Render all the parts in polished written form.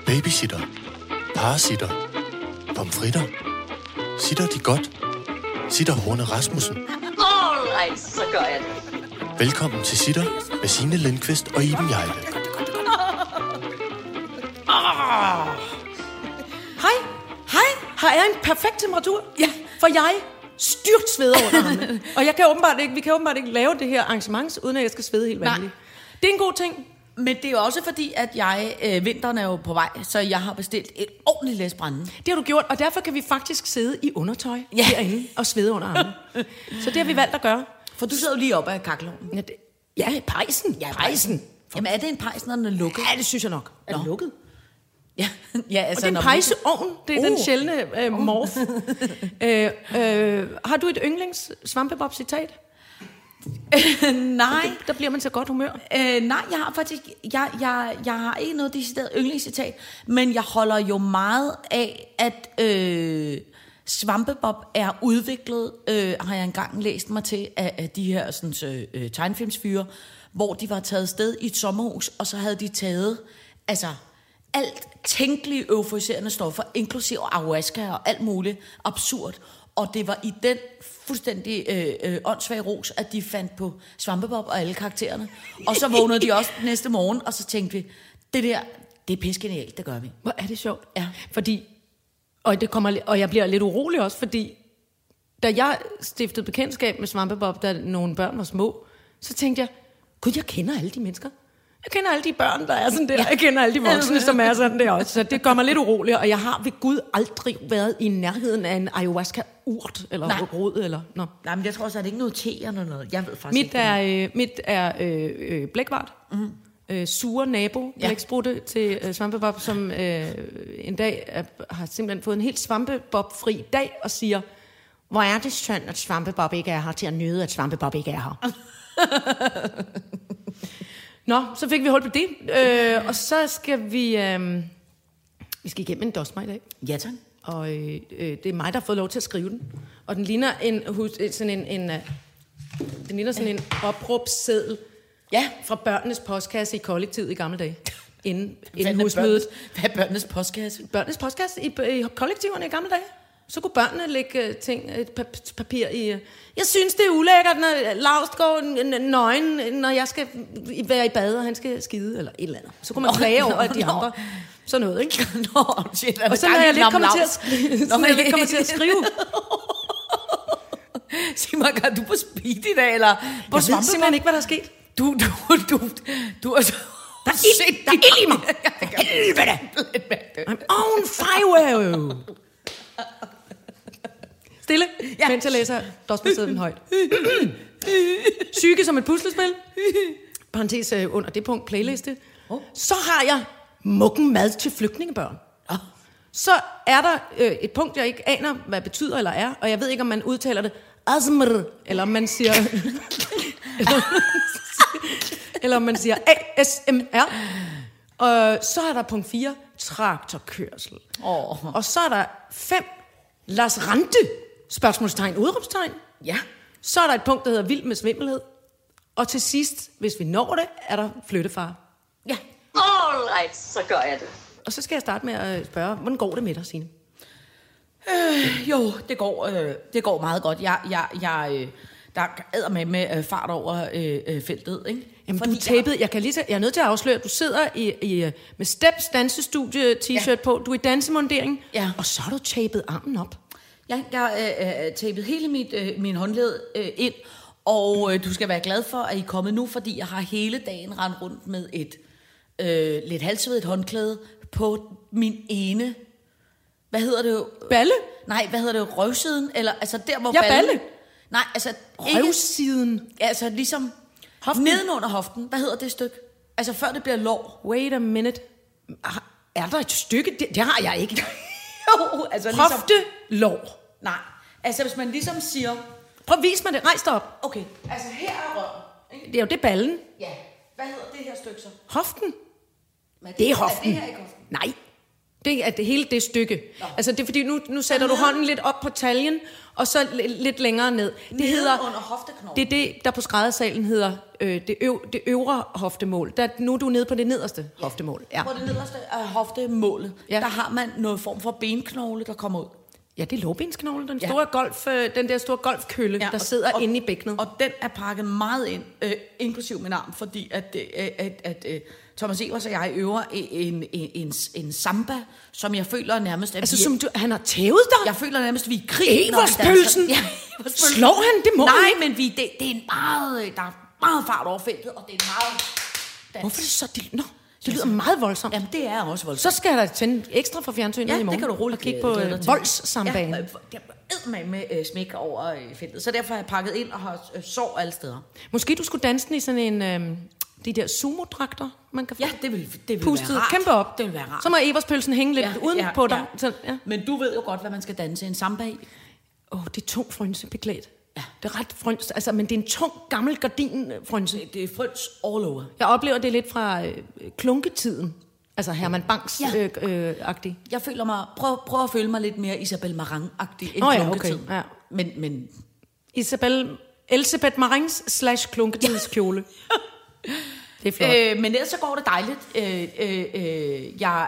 Babysitter. Parasitter. Pomfritter. Sitter de godt? Sitter Horne Rasmussen. Alright, så gør jeg det. Velkommen til Sitter med Signe Lindqvist og Iben Hjejle. Hej. Har jeg en perfekt temperatur? Ja. For jeg styrt sveder under armene. Og vi kan åbenbart ikke lave det her arrangement, uden at jeg skal svede helt vanligt. Det er en god ting. Men det er jo også fordi, at vinteren er jo på vej, så jeg har bestilt et ordentligt læs brænde. Det har du gjort, og derfor kan vi faktisk sidde i undertøj herinde og svede under armene. Så det har vi valgt at gøre. For du sidder jo lige oppe af kakkelovnen. Pejsen. Ja, pejsen. Jamen er det en pejs, når den er lukket? Ja, det synes jeg nok. Er den lukket? Ja, altså, og det er en pejseovn. Det er den sjældne morf. Har du et yndlings Svampebob-citat? Nej. Der bliver man så godt humør. Nej, jeg har faktisk jeg har ikke noget decideret yndlingscitat, men jeg holder jo meget af, at Svampebob er udviklet, har jeg engang læst mig til, af de her sådan, tegnefilmsfyre, hvor de var taget sted i et sommerhus, og så havde de taget alt tænkelige euforiserende stoffer, inklusive ayahuasca og alt muligt absurd. Og det var i den fuldstændig åndssvage ros, at de fandt på Svampebob og alle karaktererne. Og så vågnede de også næste morgen, og så tænkte vi, det er pissegenialt, det gør vi. Hvor er det sjovt. Ja. Fordi, og jeg bliver lidt urolig også, fordi da jeg stiftede bekendtskab med Svampebob, da nogle børn var små, så tænkte jeg, gud, jeg kender alle de mennesker. Jeg kender alle de børn, der er sådan der. Jeg kender alle de voksne, som er sådan der også. Så det gør mig lidt urolig, og jeg har ved Gud aldrig været i nærheden af en ayahuasca-urt, eller rod, eller noget. Nej, men jeg tror også, at det ikke noget te eller noget. Jeg ved faktisk mit er blækvart. Mm-hmm. Sure nabo, blæksprutte til Svampebob, som en dag har simpelthen fået en helt Svampebob-fri dag, og siger, hvor er det synd, at Svampebob ikke er her, til at nyde, at Svampebob ikke er her. Nå, så fik vi hold på det, og så skal vi skal igennem en dosmer i dag. Ja, tak. Og det er mig, der har fået lov til at skrive den. Og den ligner sådan en opråbsseddel fra børnenes postkasse i kollektivet i gamle dage. Inden husmødet. Hvad er børnenes postkasse? Børnenes postkasse i kollektiverne i gamle dage. Så kunne børnene lægge et papir i... Jeg synes, det er ulækkert, når Lars går nøgen, når jeg skal være i bad, og han skal skide, eller et eller andet. Så kunne man klage over, at de andre... Sådan noget, ikke? Og så når jeg lidt kommer til at skrive... Sig mig, er du på speed i dag, eller på jeg ved simpelthen ikke, hvad der er sket. Du er så... Der er ild i mig! Helvede! I'm on fire! Stille, mens jeg læser dosmersedlen højt. Psyke som et puslespil. Parentes under det punkt, playliste. Så har jeg muggen mad til flygtningebørn. Så er der et punkt, jeg ikke aner, hvad betyder eller er, og jeg ved ikke, om man udtaler det ASMR, eller om man siger... eller om man siger ASMR. Og så er der punkt 4, traktorkørsel. Og så er der 5, Lars Rante, spørgsmålstegn, udråbstegn. Ja. Så er der et punkt, der hedder vild med svimmelhed. Og til sidst, hvis vi når det, er der flyttefar. Ja. Alright, så gør jeg det. Og så skal jeg starte med at spørge, hvordan går det med dig, Signe? Jo, det går meget godt. Der er med fart over feltet, ikke? Jamen, du er tapet. Jeg er nødt til at afsløre, at du sidder med Steps dansestudie t-shirt på. Du er i dansemundering, og så har du tapet armen op. Ja, jeg har tapet hele min håndled ind, og du skal være glad for, at I er kommet nu, fordi jeg har hele dagen rendt rundt med et lidt halvsvedigt håndklæde på min ene... Hvad hedder det? Balle? Nej, hvad hedder det? Røvsiden? Eller altså der, hvor balle? Nej, altså ikke... Røvsiden? Altså ligesom... Hoften? Nedenunder hoften. Hvad hedder det stykke? Altså før det bliver lår. Wait a minute. Er der et stykke? Det har jeg ikke. Jo, altså ligesom... Hoftelår? Nej, altså hvis man ligesom siger... Prøv at vise mig det. Rejs dig op. Okay, altså her er røven. Det er jo det ballen. Ja, hvad hedder det her stykke så? Hoften. Det er hoften. Er det her ikke hoften? Nej. Det er det hele det stykke. Altså det er fordi, nu sætter du hånden lidt op på taljen, og så lidt længere ned. Det hedder under hofteknoglen. Det er det, der på skræddersalen hedder det øvre hoftemål. Nu er du nede på det nederste hoftemål. Ja. På det nederste af hoftemålet, der har man noget form for benknogle, der kommer ud. Ja, det er lårbensknoglen, den der store golfkølle, der sidder inde i bækkenet. Og den er pakket meget ind, inklusiv min arm, fordi at Thomas Evers og jeg øver en samba, som jeg føler nærmest... Altså, som han har tævet dig? Jeg føler nærmest, vi er i krig. Everspølsen? Ja, slår han? Det må nej, men det er en meget... Der er meget fart over feltet, og det er meget... Hvorfor er det så... Det lyder meget voldsomt. Jamen, det er også voldsomt. Så skal jeg da tænde ekstra for fjernsynet i morgen. Ja, det kan du roligt og kigge på voldssambanen. Jeg er med smæk over feltet, så derfor har jeg pakket ind og har sår alle steder. Måske du skulle danse den i sådan en... de der sumo-dragter, man kan få. Ja, det vil pustet være rart. Kæmpe op. Det vil være rart. Så må Everspølsen hænge lidt uden på dig. Ja. Så, ja. Men du ved jo godt, hvad man skal danse en samba i. Det er tung frønsebeklædt. Ja. Det er ret frøns, altså, men det er en tung, gammel gardinfrønse. Det er frøns all over. Jeg oplever det lidt fra klunketiden. Altså Herman Banks-agtig. Jeg føler mig... Prøv at føle mig lidt mere Isabel Marant-agtig end klunketiden. Okay. Ja. Men... Elisabeth Marant's / klunketidskjole. Det er flot. Men ellers så går det dejligt. Jeg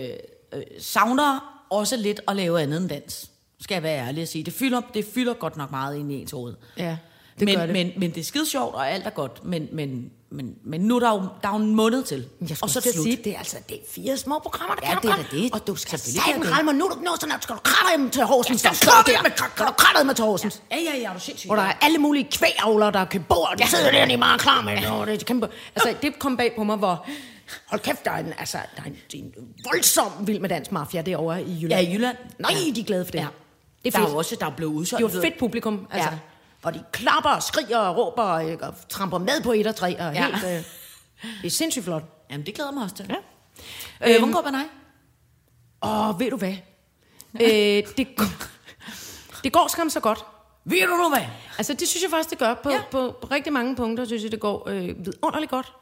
savner også lidt at lave andet end dans. Skal jeg være ærlig at sige. Det fylder godt nok meget ind i ens hoved. Ja, det gør det. Men det er skide sjovt, og alt er godt. Men nu er der jo en måned til. Jeg skulle så sige, det er 4 små programmer, der kan det er det. Og du skal staten ralle mig nu, så skal du kratte dem til Horsens. Skal du kratte dem til Horsens. Ja, du sindssygt. Og der er alle mulige kvægavlere, der kan bo, og de sidder der, de er meget klar med. Det er kæmpe. Altså, det kom bag på mig, hvor... Hold kæft, der er en voldsom vild med dansk mafia derovre i Jylland. Ja, i Jylland. Nej, de er glade for det. Ja. Det er fedt. Der er blevet udsolgt. Det er jo fedt publikum, altså. Ja. Hvor de klapper og skriger og råber og tramper med på 1 og 3 og helt... det er sindssygt flot. Jamen, det glæder mig også til. Ja. Hvordan går det med dig? Ved du hvad? Det går skam så godt. Ved du nu hvad? Altså, det synes jeg faktisk, det gør. På rigtig mange punkter, synes jeg, det går vidunderligt godt.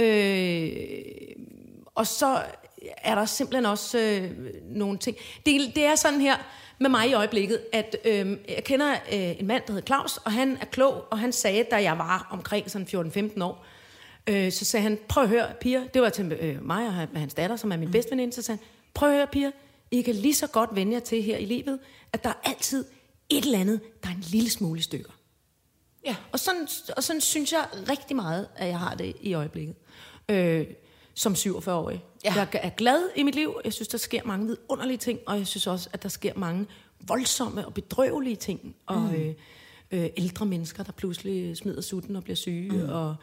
Og så er der simpelthen også nogle ting. Det er sådan her med mig i øjeblikket, at jeg kender en mand, der hedder Claus, og han er klog, og han sagde, da jeg var omkring sådan 14-15 år, så sagde han, prøv at høre, piger, det var til mig og hans datter, som er min bedste veninde, så sagde han, prøv at høre, piger, I kan lige så godt vende jer til her i livet, at der er altid et eller andet, der er en lille smule i stykker. Ja. Og sådan synes jeg rigtig meget, at jeg har det i øjeblikket. Som 47-årig. Ja. Jeg er glad i mit liv. Jeg synes, der sker mange vidunderlige ting, og jeg synes også, at der sker mange voldsomme og bedrøvelige ting. Og ældre mennesker, der pludselig smider sutten og bliver syge. Og,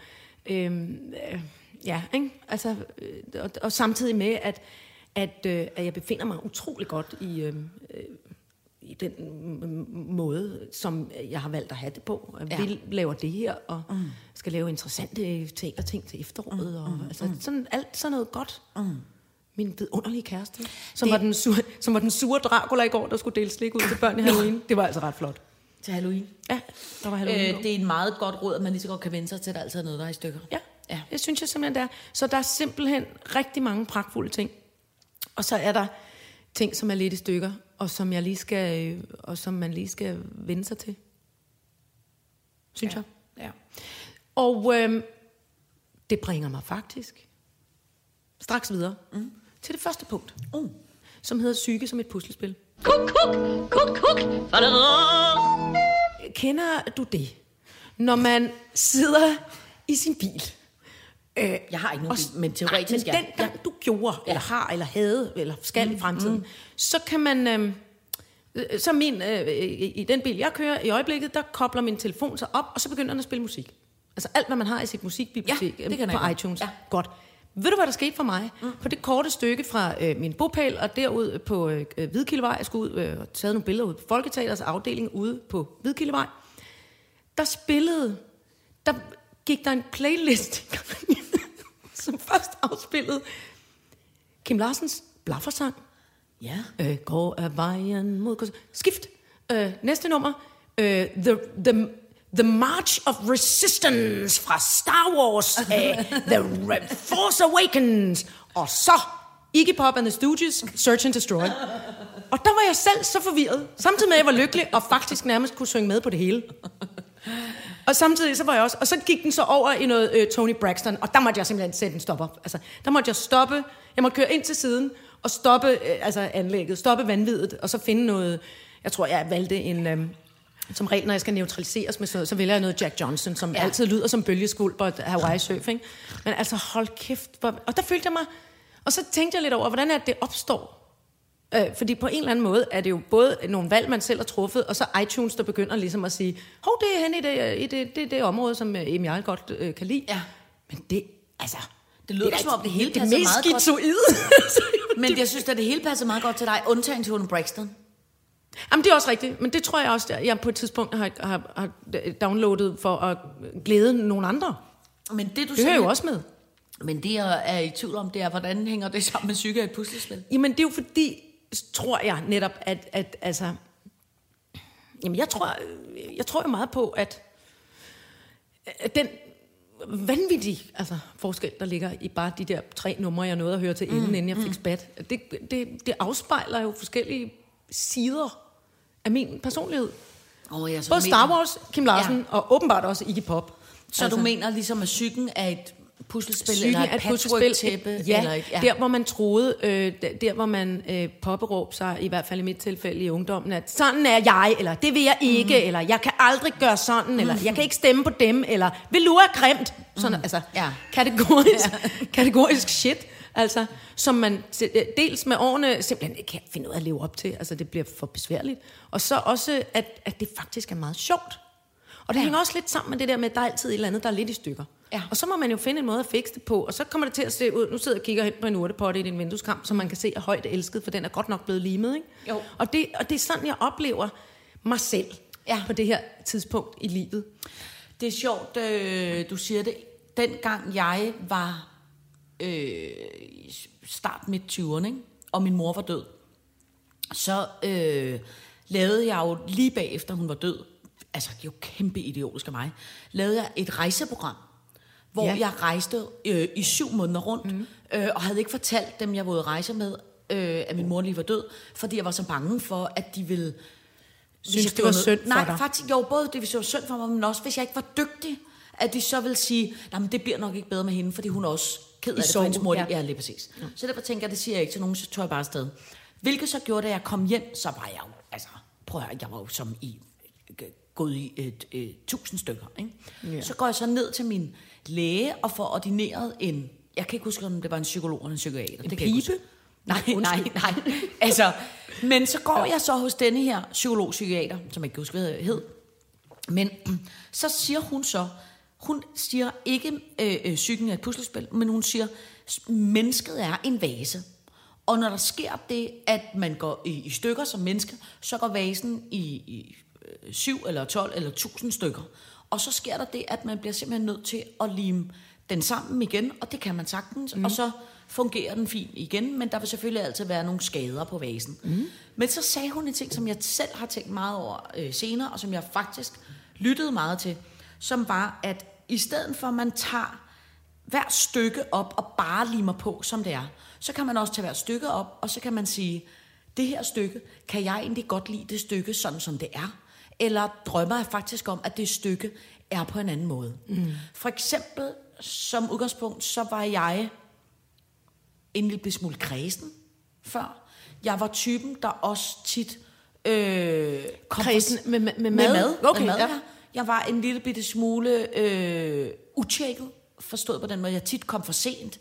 ja, ikke? Altså, og samtidig med, at jeg befinder mig utrolig godt i den måde, som jeg har valgt at have det på. Vi laver det her, og skal lave interessante teaterting til efteråret. Og, altså, alt sådan noget godt. Min vidunderlige kæreste, som var den sure Dracula i går, der skulle dele slik ud til børn i Halloween. Det var altså ret flot. Til Halloween? Ja, der var Halloween. Det er en meget godt råd, at man lige så godt kan vende sig til, at der altid er noget, der er i stykker. Ja, det synes jeg simpelthen, der. Så der er simpelthen rigtig mange pragtfulde ting. Og så er der ting, som er lidt i stykker, og som man lige skal vende sig til. Synes jeg. Ja. Og det bringer mig faktisk straks videre til det første punkt, som hedder psyke som et puslespil. Kuk. Kender du det, når man sidder i sin bil? Jeg har ikke nogen bil, men teoretisk men dengang du gjorde, eller har, eller havde, eller skal i fremtiden, så kan man... i den bil, jeg kører i øjeblikket, der kobler min telefon sig op, og så begynder den at spille musik. Altså alt, hvad man har i sit musikbibliotek på iTunes. Ja. Godt. Ved du, hvad der skete for mig? På det korte stykke fra min bopæl og derud på Hvidkildevej, jeg skulle ud og tage nogle billeder ud på Folketeaters afdeling ude på Hvidkildevej, der gik der en playlist, som først afspillede Kim Larsens Blaffersang. Ja. Går af vejen mod... Skift. Næste nummer. The March of Resistance fra Star Wars. The Force Awakens. Og så Iggy Pop and the Stooges, Search and Destroy. Og der var jeg selv så forvirret, samtidig med at jeg var lykkelig, og faktisk nærmest kunne synge med på det hele. Og samtidig så var jeg også, og så gik den så over i noget Tony Braxton, og der måtte jeg simpelthen sætte en stopper. Altså, der måtte jeg stoppe, jeg måtte køre ind til siden, og stoppe anlægget, stoppe vanviddet, og så finde noget, jeg tror jeg valgte en, som regel når jeg skal neutraliseres med sådan noget, så vælger jeg noget Jack Johnson, som altid lyder som bølgeskvulp og Hawaii Surf, ikke? Men altså hold kæft, og der følte jeg mig, og så tænkte jeg lidt over, hvordan er det opstår. Fordi på en eller anden måde er det jo både nogle valg, man selv har truffet, og så iTunes, der begynder ligesom at sige, hov, det er henne i det område, som Emil Jarl godt kan lide. Ja. Men det, altså... Det lyder som om det hele passer meget godt. Det mest skizoide. Men jeg synes, at det hele passer meget godt til dig, undtagen til Tony Braxton. Jamen, det er også rigtigt, men det tror jeg også, jeg på et tidspunkt har downloadet for at glæde nogle andre. Men det hører jo også med. Men det, jeg er i tvivl om, det er, hvordan hænger det sammen med psyke af et puslespil? Jamen, det er jo fordi, tror jeg netop, at altså... Jamen, jeg tror jo meget på, at den vanvittige forskel, der ligger i bare de der 3 numre, jeg nåede at høre til inden jeg fik spat, det afspejler jo forskellige sider af min personlighed. Både Star Wars, Kim Larsen og åbenbart også Iggy Pop. Så du mener ligesom, at psyken er et puslespil eller et patchwork-tæppe? Ja, der hvor man troede, der hvor man påberåbte sig, i hvert fald i mit tilfælde i ungdommen, at sådan er jeg, eller det vil jeg ikke, eller jeg kan aldrig gøre sådan, eller jeg kan ikke stemme på dem, eller velure er grimt. Sådan, kategorisk shit, altså, som man dels med årene simpelthen ikke kan finde ud af at leve op til, altså det bliver for besværligt, og så også, at det faktisk er meget sjovt. Og det hænger også lidt sammen med det der med, at der er altid et eller andet, der er lidt i stykker. Ja. Og så må man jo finde en måde at fikse det på, og så kommer det til at se ud, nu sidder jeg og kigger hen på en urtepotte i din vindueskamp, som man kan se er højt elsket, for den er godt nok blevet limet, ikke? Jo. Og det er sådan, jeg oplever mig selv på det her tidspunkt i livet. Det er sjovt, du siger det. Dengang jeg var start midt 20'erne, ikke? Og min mor var død, så lavede jeg jo lige bagefter hun var død, altså det er jo kæmpe idiotisk af mig, lavede jeg et rejseprogram, hvor jeg rejste i 7 måneder rundt, og havde ikke fortalt dem, jeg var ude at rejse med, at min mor lige var død, fordi jeg var så bange for, at de ville... Synes det var synd for dig? Nej, faktisk, jo, både det var synd for mig, men også hvis jeg ikke var dygtig, at de så ville sige, nej, men det bliver nok ikke bedre med hende, fordi hun er også ked af det, for hendes mor, ja, lige præcis. Ja. Så derfor tænker jeg, det siger jeg ikke til nogen, så tog jeg bare afsted. Hvilket så gjorde, da jeg kom hjem, så var jeg jo, altså, prøv at høre, jeg var jo som i... gået i 1000 stykker, ikke? Ja. Så går jeg så ned til min læge og får ordineret en, jeg kan ikke huske, om det var en psykolog eller en psykiater. En pibe? Nej. Altså, men så går jeg så hos denne her psykolog-psykiater, som jeg ikke kan huske, hvad hed. Men så siger hun siger ikke psyken er et puslespil, men hun siger, mennesket er en vase. Og når der sker det, at man går i stykker som menneske, så går vasen i 7 eller 12 eller 1000 stykker. Og så sker der det, at man bliver simpelthen nødt til at lime den sammen igen, og det kan man sagtens, og så fungerer den fint igen, men der vil selvfølgelig altid være nogle skader på vasen. Men så sagde hun en ting, som jeg selv har tænkt meget over senere, og som jeg faktisk lyttede meget til, som var, at i stedet for, at man tager hver stykke op og bare limer på, som det er, så kan man også tage hver stykke op, og så kan man sige, det her stykke, kan jeg egentlig godt lide det stykke, sådan som det er? Eller drømmer jeg faktisk om, at det stykke er på en anden måde? For eksempel, som udgangspunkt, så var jeg en lille smule kredsen før. Jeg var typen, der også tit kredsen med mad? Okay, med mad, ja. Jeg var en lille bitte smule utjekket, forstået på den måde. Jeg tit kom for sent.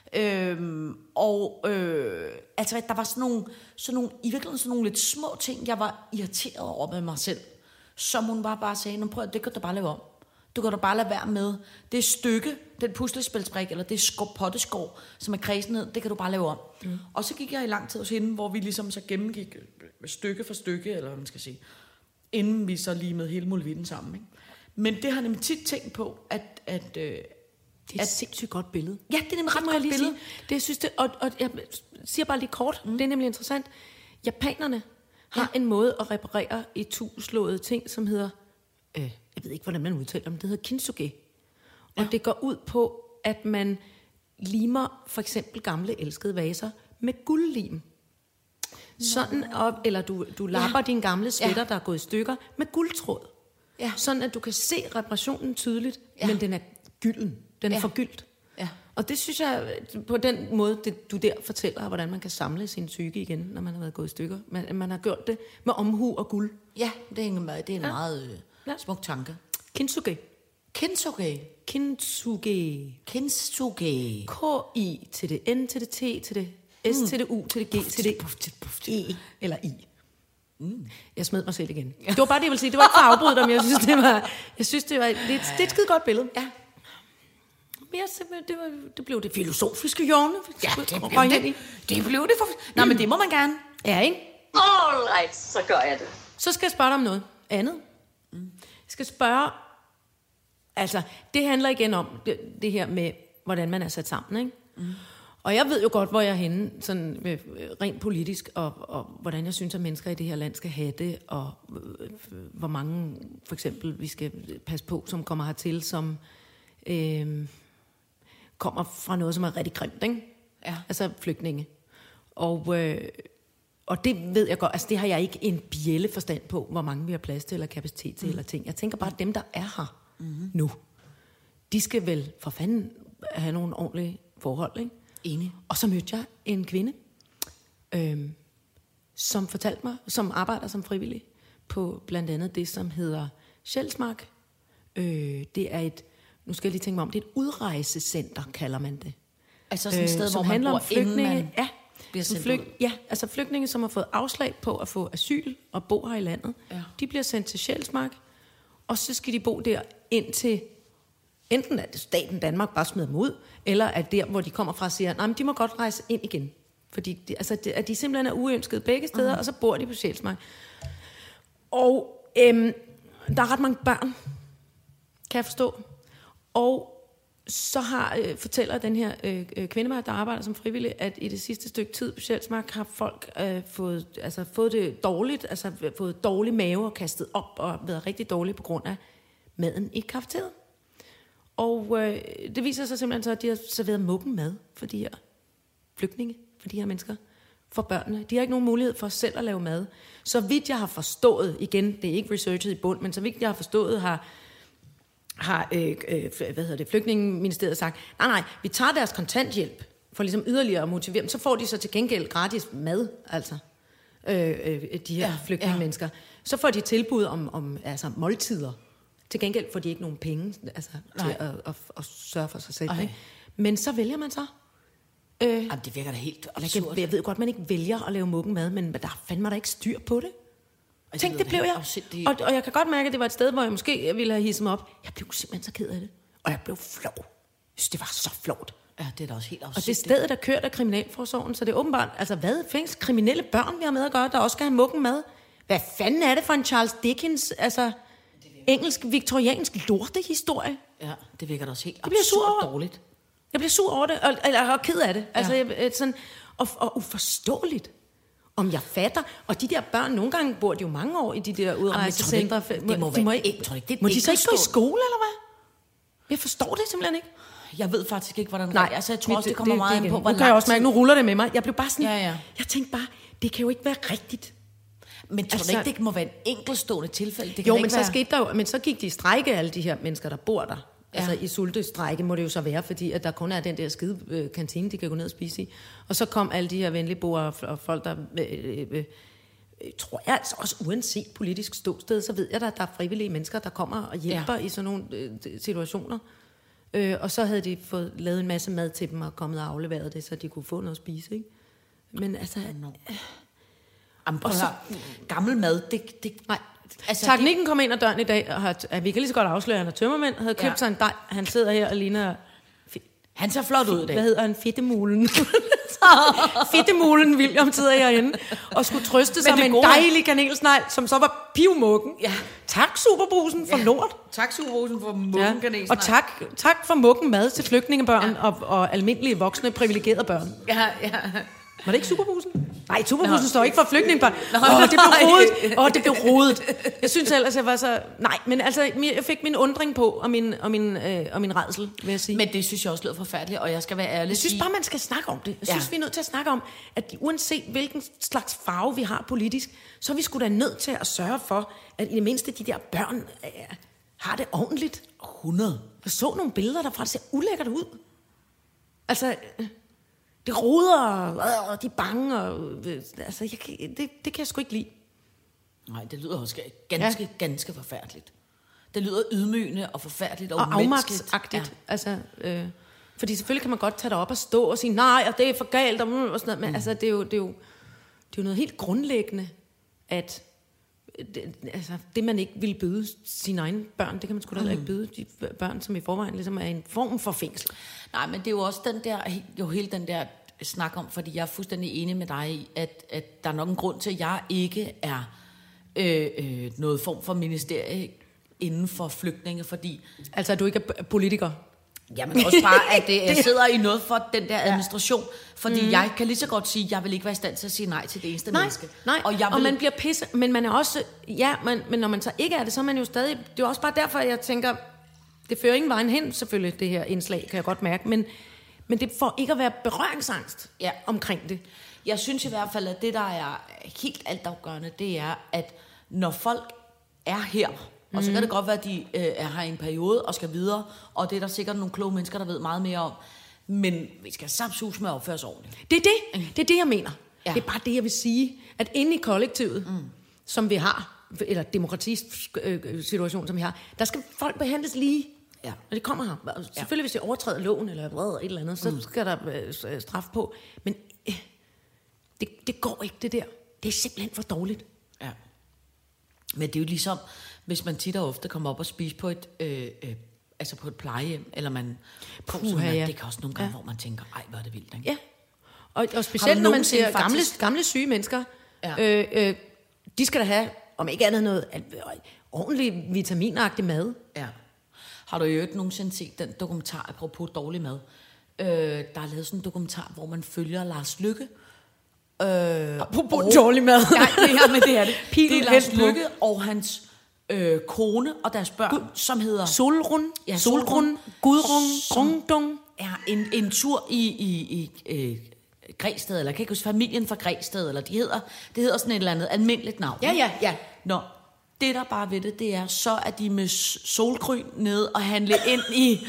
Altså, der var sådan nogle, i virkeligheden sådan nogle lidt små ting, jeg var irriteret over med mig selv. Som hun bare sagde, nu prøv, det kan du bare lave om. Du kan da bare lade være med det stykke, den puslespilsbrik, eller det potteskår, som er kredsenhed, det kan du bare lave om. Og så gik jeg i lang tid hos hende, hvor vi ligesom så gennemgik stykke for stykke, eller hvad man skal sige, inden vi så limede hele muligheden sammen. Ikke? Men det har nemlig tit tænkt på, at det er et sindssygt godt billede. Ja, det er nemlig ret godt billede. Det, jeg synes det, og jeg siger bare lige kort, det er nemlig interessant. Japanerne har en måde at reparere i tuslåede ting, som hedder, jeg ved ikke, hvordan man udtaler dem, det hedder kintsugi. Og det går ud på, at man limer for eksempel gamle elskede vaser med guldlim. Sådan, eller du lapper dine gamle sweater, der er gået i stykker, med guldtråd. Ja. Sådan, at du kan se reparationen tydeligt, men den er gylden. Den er forgyldt. Ja. Og det synes jeg, på den måde, du der fortæller, hvordan man kan samle sin psyke igen, når man har været gået i stykker. Man har gjort det med omhu og guld. Ja, det er en meget smuk tanke. Kintsugi. Kintsugi. Kintsugi. Kintsugi. K-I til det N til det T til det S til det U til det G til det E eller I. Jeg smed mig selv igen. Det var bare det, jeg ville sige. Det var ikke for at afbryde dig, men jeg synes, det var det er et skide godt billede. Ja. Men det blev det filosofiske hjørne. Ja, det blev det. Nå, men det må man gerne. Ja, ikke? Alright, så gør jeg det. Så skal jeg spørge dig om noget andet. Jeg skal spørge... Altså, det handler igen om det her med, hvordan man er sat sammen, ikke? Og jeg ved jo godt, hvor jeg er henne, sådan rent politisk, og hvordan jeg synes, at mennesker i det her land skal have det, og hvor mange, for eksempel, vi skal passe på, som kommer hertil, som kommer fra noget, som er rigtig grimt, ikke? Ja. Altså flygtninge. Og det ved jeg godt, altså det har jeg ikke en bjælle forstand på, hvor mange vi har plads til, eller kapacitet til, eller ting. Jeg tænker bare, at dem, der er her nu, de skal vel for fanden have nogle ordentlige forhold, ikke? Enig. Og så mødte jeg en kvinde, som fortalte mig, som arbejder som frivillig på blandt andet det, som hedder Sjælsmark. Det er nu skal jeg lige tænke mig om, det er et udrejsecenter, kalder man det. Altså sådan et sted, hvor man bor, flygtninge, inden man bliver sendt ud. Ja, altså flygtninge, som har fået afslag på at få asyl og bo her i landet. Ja. De bliver sendt til Sjælsmark, og så skal de bo der indtil enten at staten Danmark bare smider dem ud, eller at der, hvor de kommer fra, siger, nej, men de må godt rejse ind igen. Fordi at de simpelthen er uønskede begge steder, og så bor de på Sjælsmark. Og der er ret mange børn, kan jeg forstå. Og så fortæller den her kvinde mig, der arbejder som frivillig, at i det sidste stykke tid på Sjælsmark har folk fået det dårligt, altså fået dårlig mave og kastet op og været rigtig dårligt på grund af maden i kafeteriet. Og det viser sig simpelthen så, at de har serveret muggen mad for de her flygtninge, for de her mennesker, for børnene. De har ikke nogen mulighed for selv at lave mad. Så vidt jeg har forstået, igen, det er ikke researchet i bund, men så vidt jeg har forstået, har Flygtningeministeriet sagt, nej, vi tager deres kontanthjælp for ligesom yderligere at motivere dem, så får de så til gengæld gratis mad, altså de her flygtningemennesker. Så får de tilbud om altså måltider. Til gengæld får de ikke nogen penge altså, til at sørge for sig selv. Men så vælger man så. Jamen, det virker da helt absurd. Jeg ved godt, man ikke vælger at lave muggen mad, men der fandme der ikke styr på det. Tænk, det blev jeg. Og jeg kan godt mærke, at det var et sted, hvor jeg måske ville have hisset mig op. Jeg blev simpelthen så ked af det. Og jeg blev flov. Jeg synes, det var så flovt. Ja, det er da også helt absurd. Og det sted, der kørt af kriminalforsorgen, så det er åbenbart, altså hvad findes kriminelle børn, vi har med at gøre, der også skal have muggen mad? Hvad fanden er det for en Charles Dickens, altså engelsk, viktoriansk lortehistorie? Ja, det virker da også helt absurd dårligt. Jeg bliver sur over det, og ked af det. Altså, sådan, og uforståeligt. Om jeg fatter. Og de der børn, nogle gange bor de jo mange år i de der udrejsecentre. Må de så ikke gå i skole, eller hvad? Jeg forstår det simpelthen ikke. Jeg ved faktisk ikke, hvordan det er. Altså, jeg tror også, det kommer meget ind på, hvor nu kan jeg også mærke, nu ruller det med mig. Jeg blev bare sådan, jeg tænkte bare, det kan jo ikke være rigtigt. Men tror du ikke, det må være en enkeltstående tilfælde? Det kan jo, men så skete der jo, men så gik de i strejke, alle de her mennesker, der bor der. Altså i sultestrække må det jo så være, fordi at der kun er den der skide kantine, de kan gå ned og spise i. Og så kom alle de her venligboere og folk, der tror jeg altså også uanset politisk ståsted, så ved jeg, at der er frivillige mennesker, der kommer og hjælper i sådan nogle situationer. Og så havde de fået lavet en masse mad til dem og kommet og afleveret det, så de kunne få noget at spise, ikke? Men altså... og så gammel mad, nej. Altså, teknikken kom ind ad døren i dag, og vi kan lige så godt afsløre, at han er tømmermænd, havde købt sig en dej. Han sidder her og ligner... Han ser flot ud i dag. Hvad hedder han? Fedtemulen. Fedtemulen William sidder herinde og skulle trøste sig med en dejlig kanelsnegl, som så var pivmuggen. Ja. Tak, Superbrusen, for lort. Tak, Superbrusen, for muggen kanelsnegl. Og tak for muggen mad til flygtningebørn og almindelige voksne privilegerede børn. Ja. Var det ikke Superbrusen? Nej, Superbussen står ikke for flygtningebørn. Det blev rodet. Jeg synes ellers, jeg var så... Nej, men altså, jeg fik min undring på, og min rædsel, vil jeg sige. Men det synes jeg også lød forfærdeligt, og jeg skal være ærlig. Jeg synes bare, man skal snakke om det. Jeg synes, vi er nødt til at snakke om, at uanset hvilken slags farve vi har politisk, så er vi sgu da nødt til at sørge for, at i det mindste de der børn har det ordentligt. 100. Jeg så nogle billeder derfra, det ser ulækkert ud. Altså, det roder, og de er bange, og altså, det kan jeg sgu ikke lide. Nej, det lyder også ganske forfærdeligt. Det lyder ydmygende og forfærdeligt og afmagtsagtigt. Ja. Altså, fordi selvfølgelig kan man godt tage det op og stå og sige, nej, og det er for galt, og sådan noget, men altså, det er jo noget helt grundlæggende, at det man ikke vil byde sine egne børn, det kan man sgu da ikke byde de børn, som i forvejen ligesom er en form for fængsel. Nej, men det er jo også hele den der snak om, fordi jeg er fuldstændig enig med dig i, at der er nok en grund til, at jeg ikke er noget form for ministerie inden for flygtninge, fordi... Altså, at du ikke er politiker? Jamen også bare, at jeg sidder i noget for den der administration, fordi jeg kan lige så godt sige, at jeg vil ikke være i stand til at sige nej til det eneste menneske. Nej, og man bliver pisse, men man er også, men når man så ikke er det, så er man jo stadig, det er også bare derfor, jeg tænker, det fører ingen vejen hen, selvfølgelig, det her indslag, kan jeg godt mærke, men det får ikke at være berøringsangst omkring det. Jeg synes i hvert fald, at det, der er helt altafgørende, det er, at når folk er her, og så kan det godt være, at de er her i en periode og skal videre, og det er der sikkert nogle kloge mennesker, der ved meget mere om. Men vi skal sapsus med at opføre os ordentligt. Det er det, jeg mener. Ja. Det er bare det, jeg vil sige, at inde i kollektivet, som vi har, eller demokratisituation, som vi har, der skal folk behandles lige, når de kommer her. Selvfølgelig, hvis de overtræder loven eller et eller andet, så skal der straf på. Men det går ikke, det der. Det er simpelthen for dårligt. Ja. Men det er jo ligesom... Hvis man tit og ofte kommer op og spiser på på et plejehjem, eller man... Det kan også nogle gange, hvor man tænker, ej, hvor er det vildt, ikke? Ja, og specielt når man ser gamle syge mennesker, de skal da have, om ikke andet noget, ordentlig vitaminagtig mad. Ja. Har du jo ikke nogensinde set den dokumentar, apropos dårlig mad? Der er lavet sådan en dokumentar, hvor man følger Lars Løkke. Apropos dårlig mad. Nej, det er det. Det er Lars Løkke og hans... kone og deres børn, som hedder... Solrun, Gudrun, er en tur i Græsted, eller jeg kan ikke huske, familien fra Græsted, eller det hedder sådan et eller andet almindeligt navn. Ja. Nå, det der bare ved det er, så er de med solgryn nede og handle ind i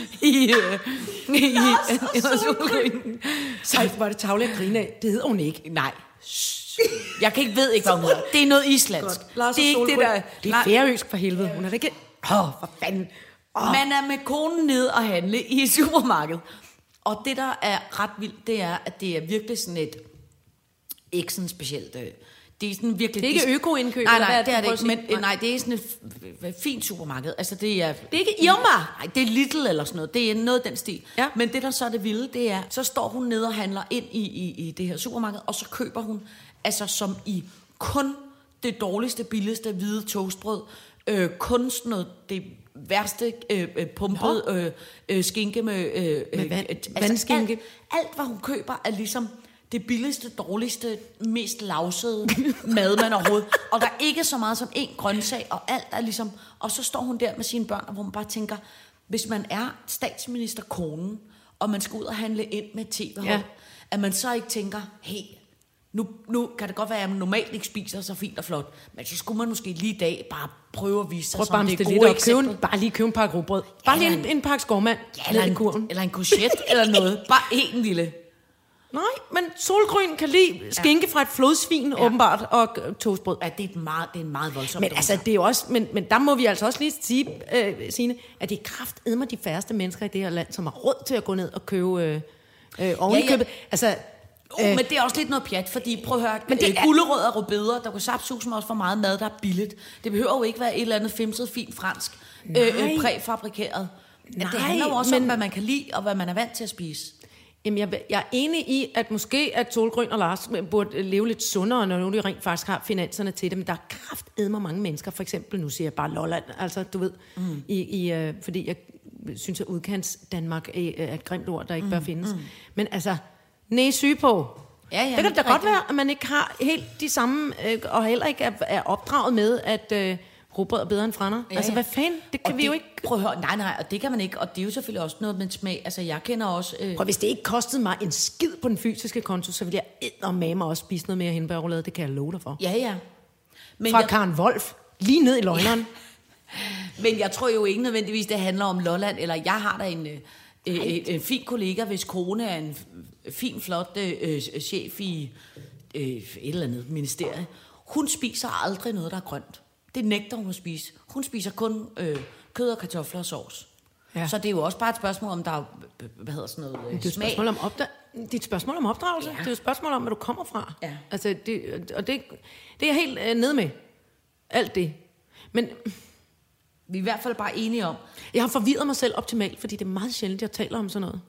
solgryn. Så var det tavle at grine af. Det hedder hun ikke. Nej. Jeg ved ikke, hvad hun hedder. Det er noget islandsk. Det er ikke det der... Det er færøsk for helvede. Hun er det ikke... for fanden. Man er med konen ned og handle i supermarkedet. Og det, der er ret vildt, det er, at det er virkelig sådan et... Ikke sådan specielt... Det er sådan virkelig... Det er ikke øko-indkøb? Nej, det er det ikke. Men, nej, det er sådan et fint supermarked. Altså, det er ikke Irma? Nej, det er Lidl eller sådan noget. Det er noget af den stil. Ja. Men det, der så er det vilde, det er... Så står hun ned og handler ind i det her supermarked, og så køber hun... Altså som i kun det dårligste, billigste hvide toastbrød, kun sådan noget, det værste pumpet skinke med vandskinke. Altså alt, hvad hun køber, er ligesom det billigste, dårligste, mest lavsede mad, man overhovedet. Og der er ikke så meget som en grøntsag, og alt er ligesom... Og så står hun der med sine børn, hvor man bare tænker, hvis man er statsministerkonen, og man skal ud og handle ind med TV, at man så ikke tænker, hey, nu kan det godt være, at man normalt ikke spiser så fint og flot, men så skulle man måske lige i dag bare prøve at vise sig som det gode eksempel. Bare lige købe en pakke rugbrød. Bare lige en pakke skovmand. Ja, eller en courgette eller noget. Bare en lille. Nej, men solgryn kan lide skinke fra et flodsvin, åbenbart, og toastbrød. Ja, det er en meget voldsom. Men altså, det er også, men der må vi altså også lige sige, Signe, at det er kraftedme de færreste mennesker i det her land, som har råd til at gå ned og købe ovenikøbet. Altså... men det er også lidt noget pjat, fordi prøv at høre, gulerødder og rødbeder, der kunne sapsusen også for meget mad, der er billigt. Det behøver jo ikke være et eller andet femset, fint fransk, præfabrikeret. Nej, det handler jo også om, hvad man kan lide, og hvad man er vant til at spise. Jamen, jeg er enig i, at måske at Solgryn og Lars burde leve lidt sundere, når de rent faktisk har finanserne til det, men der er kraftedme mange mennesker, for eksempel, nu siger jeg bare Lolland, altså du ved, fordi jeg synes, at udkants Danmark er et grimt ord, der ikke bør findes. Men altså, syge på. Ja, det kan det da er godt rigtigt. være, at man ikke har helt de samme, og heller ikke er opdraget med, at rugbrød er bedre end frander. Ja, Altså, ja. hvad fanden? Det kan Og vi jo ikke... Prøv at høre, nej, og det kan man ikke, og det er jo selvfølgelig også noget med smag. Altså, jeg kender også... Prøv, hvis det ikke kostede mig en skid på den fysiske konto, så ville jeg eddermame også spise noget mere hindbærroulade. Det kan jeg love dig for. Ja. Men Fra Karen Wolf. Lige ned i løgneren. Men jeg tror jo ikke nødvendigvis, det handler om Lolland, eller jeg har da en fin kollega, hvis kone er en fin, flot chef i et eller andet ministerie. Hun spiser aldrig noget, der er grønt. Det nægter hun at spise. Hun spiser kun kød og kartofler og sovs. Ja. Så det er jo også bare et spørgsmål om, der er, Det er jo et smag. spørgsmål om det er et spørgsmål om opdragelse. Ja. Det er jo et spørgsmål om, hvad du kommer fra. Ja. Altså, det er jeg helt nede med. Alt det. Men Vi er i hvert fald bare enige om. jeg har forvirret mig selv optimalt, fordi det er meget sjældent, jeg taler om sådan noget.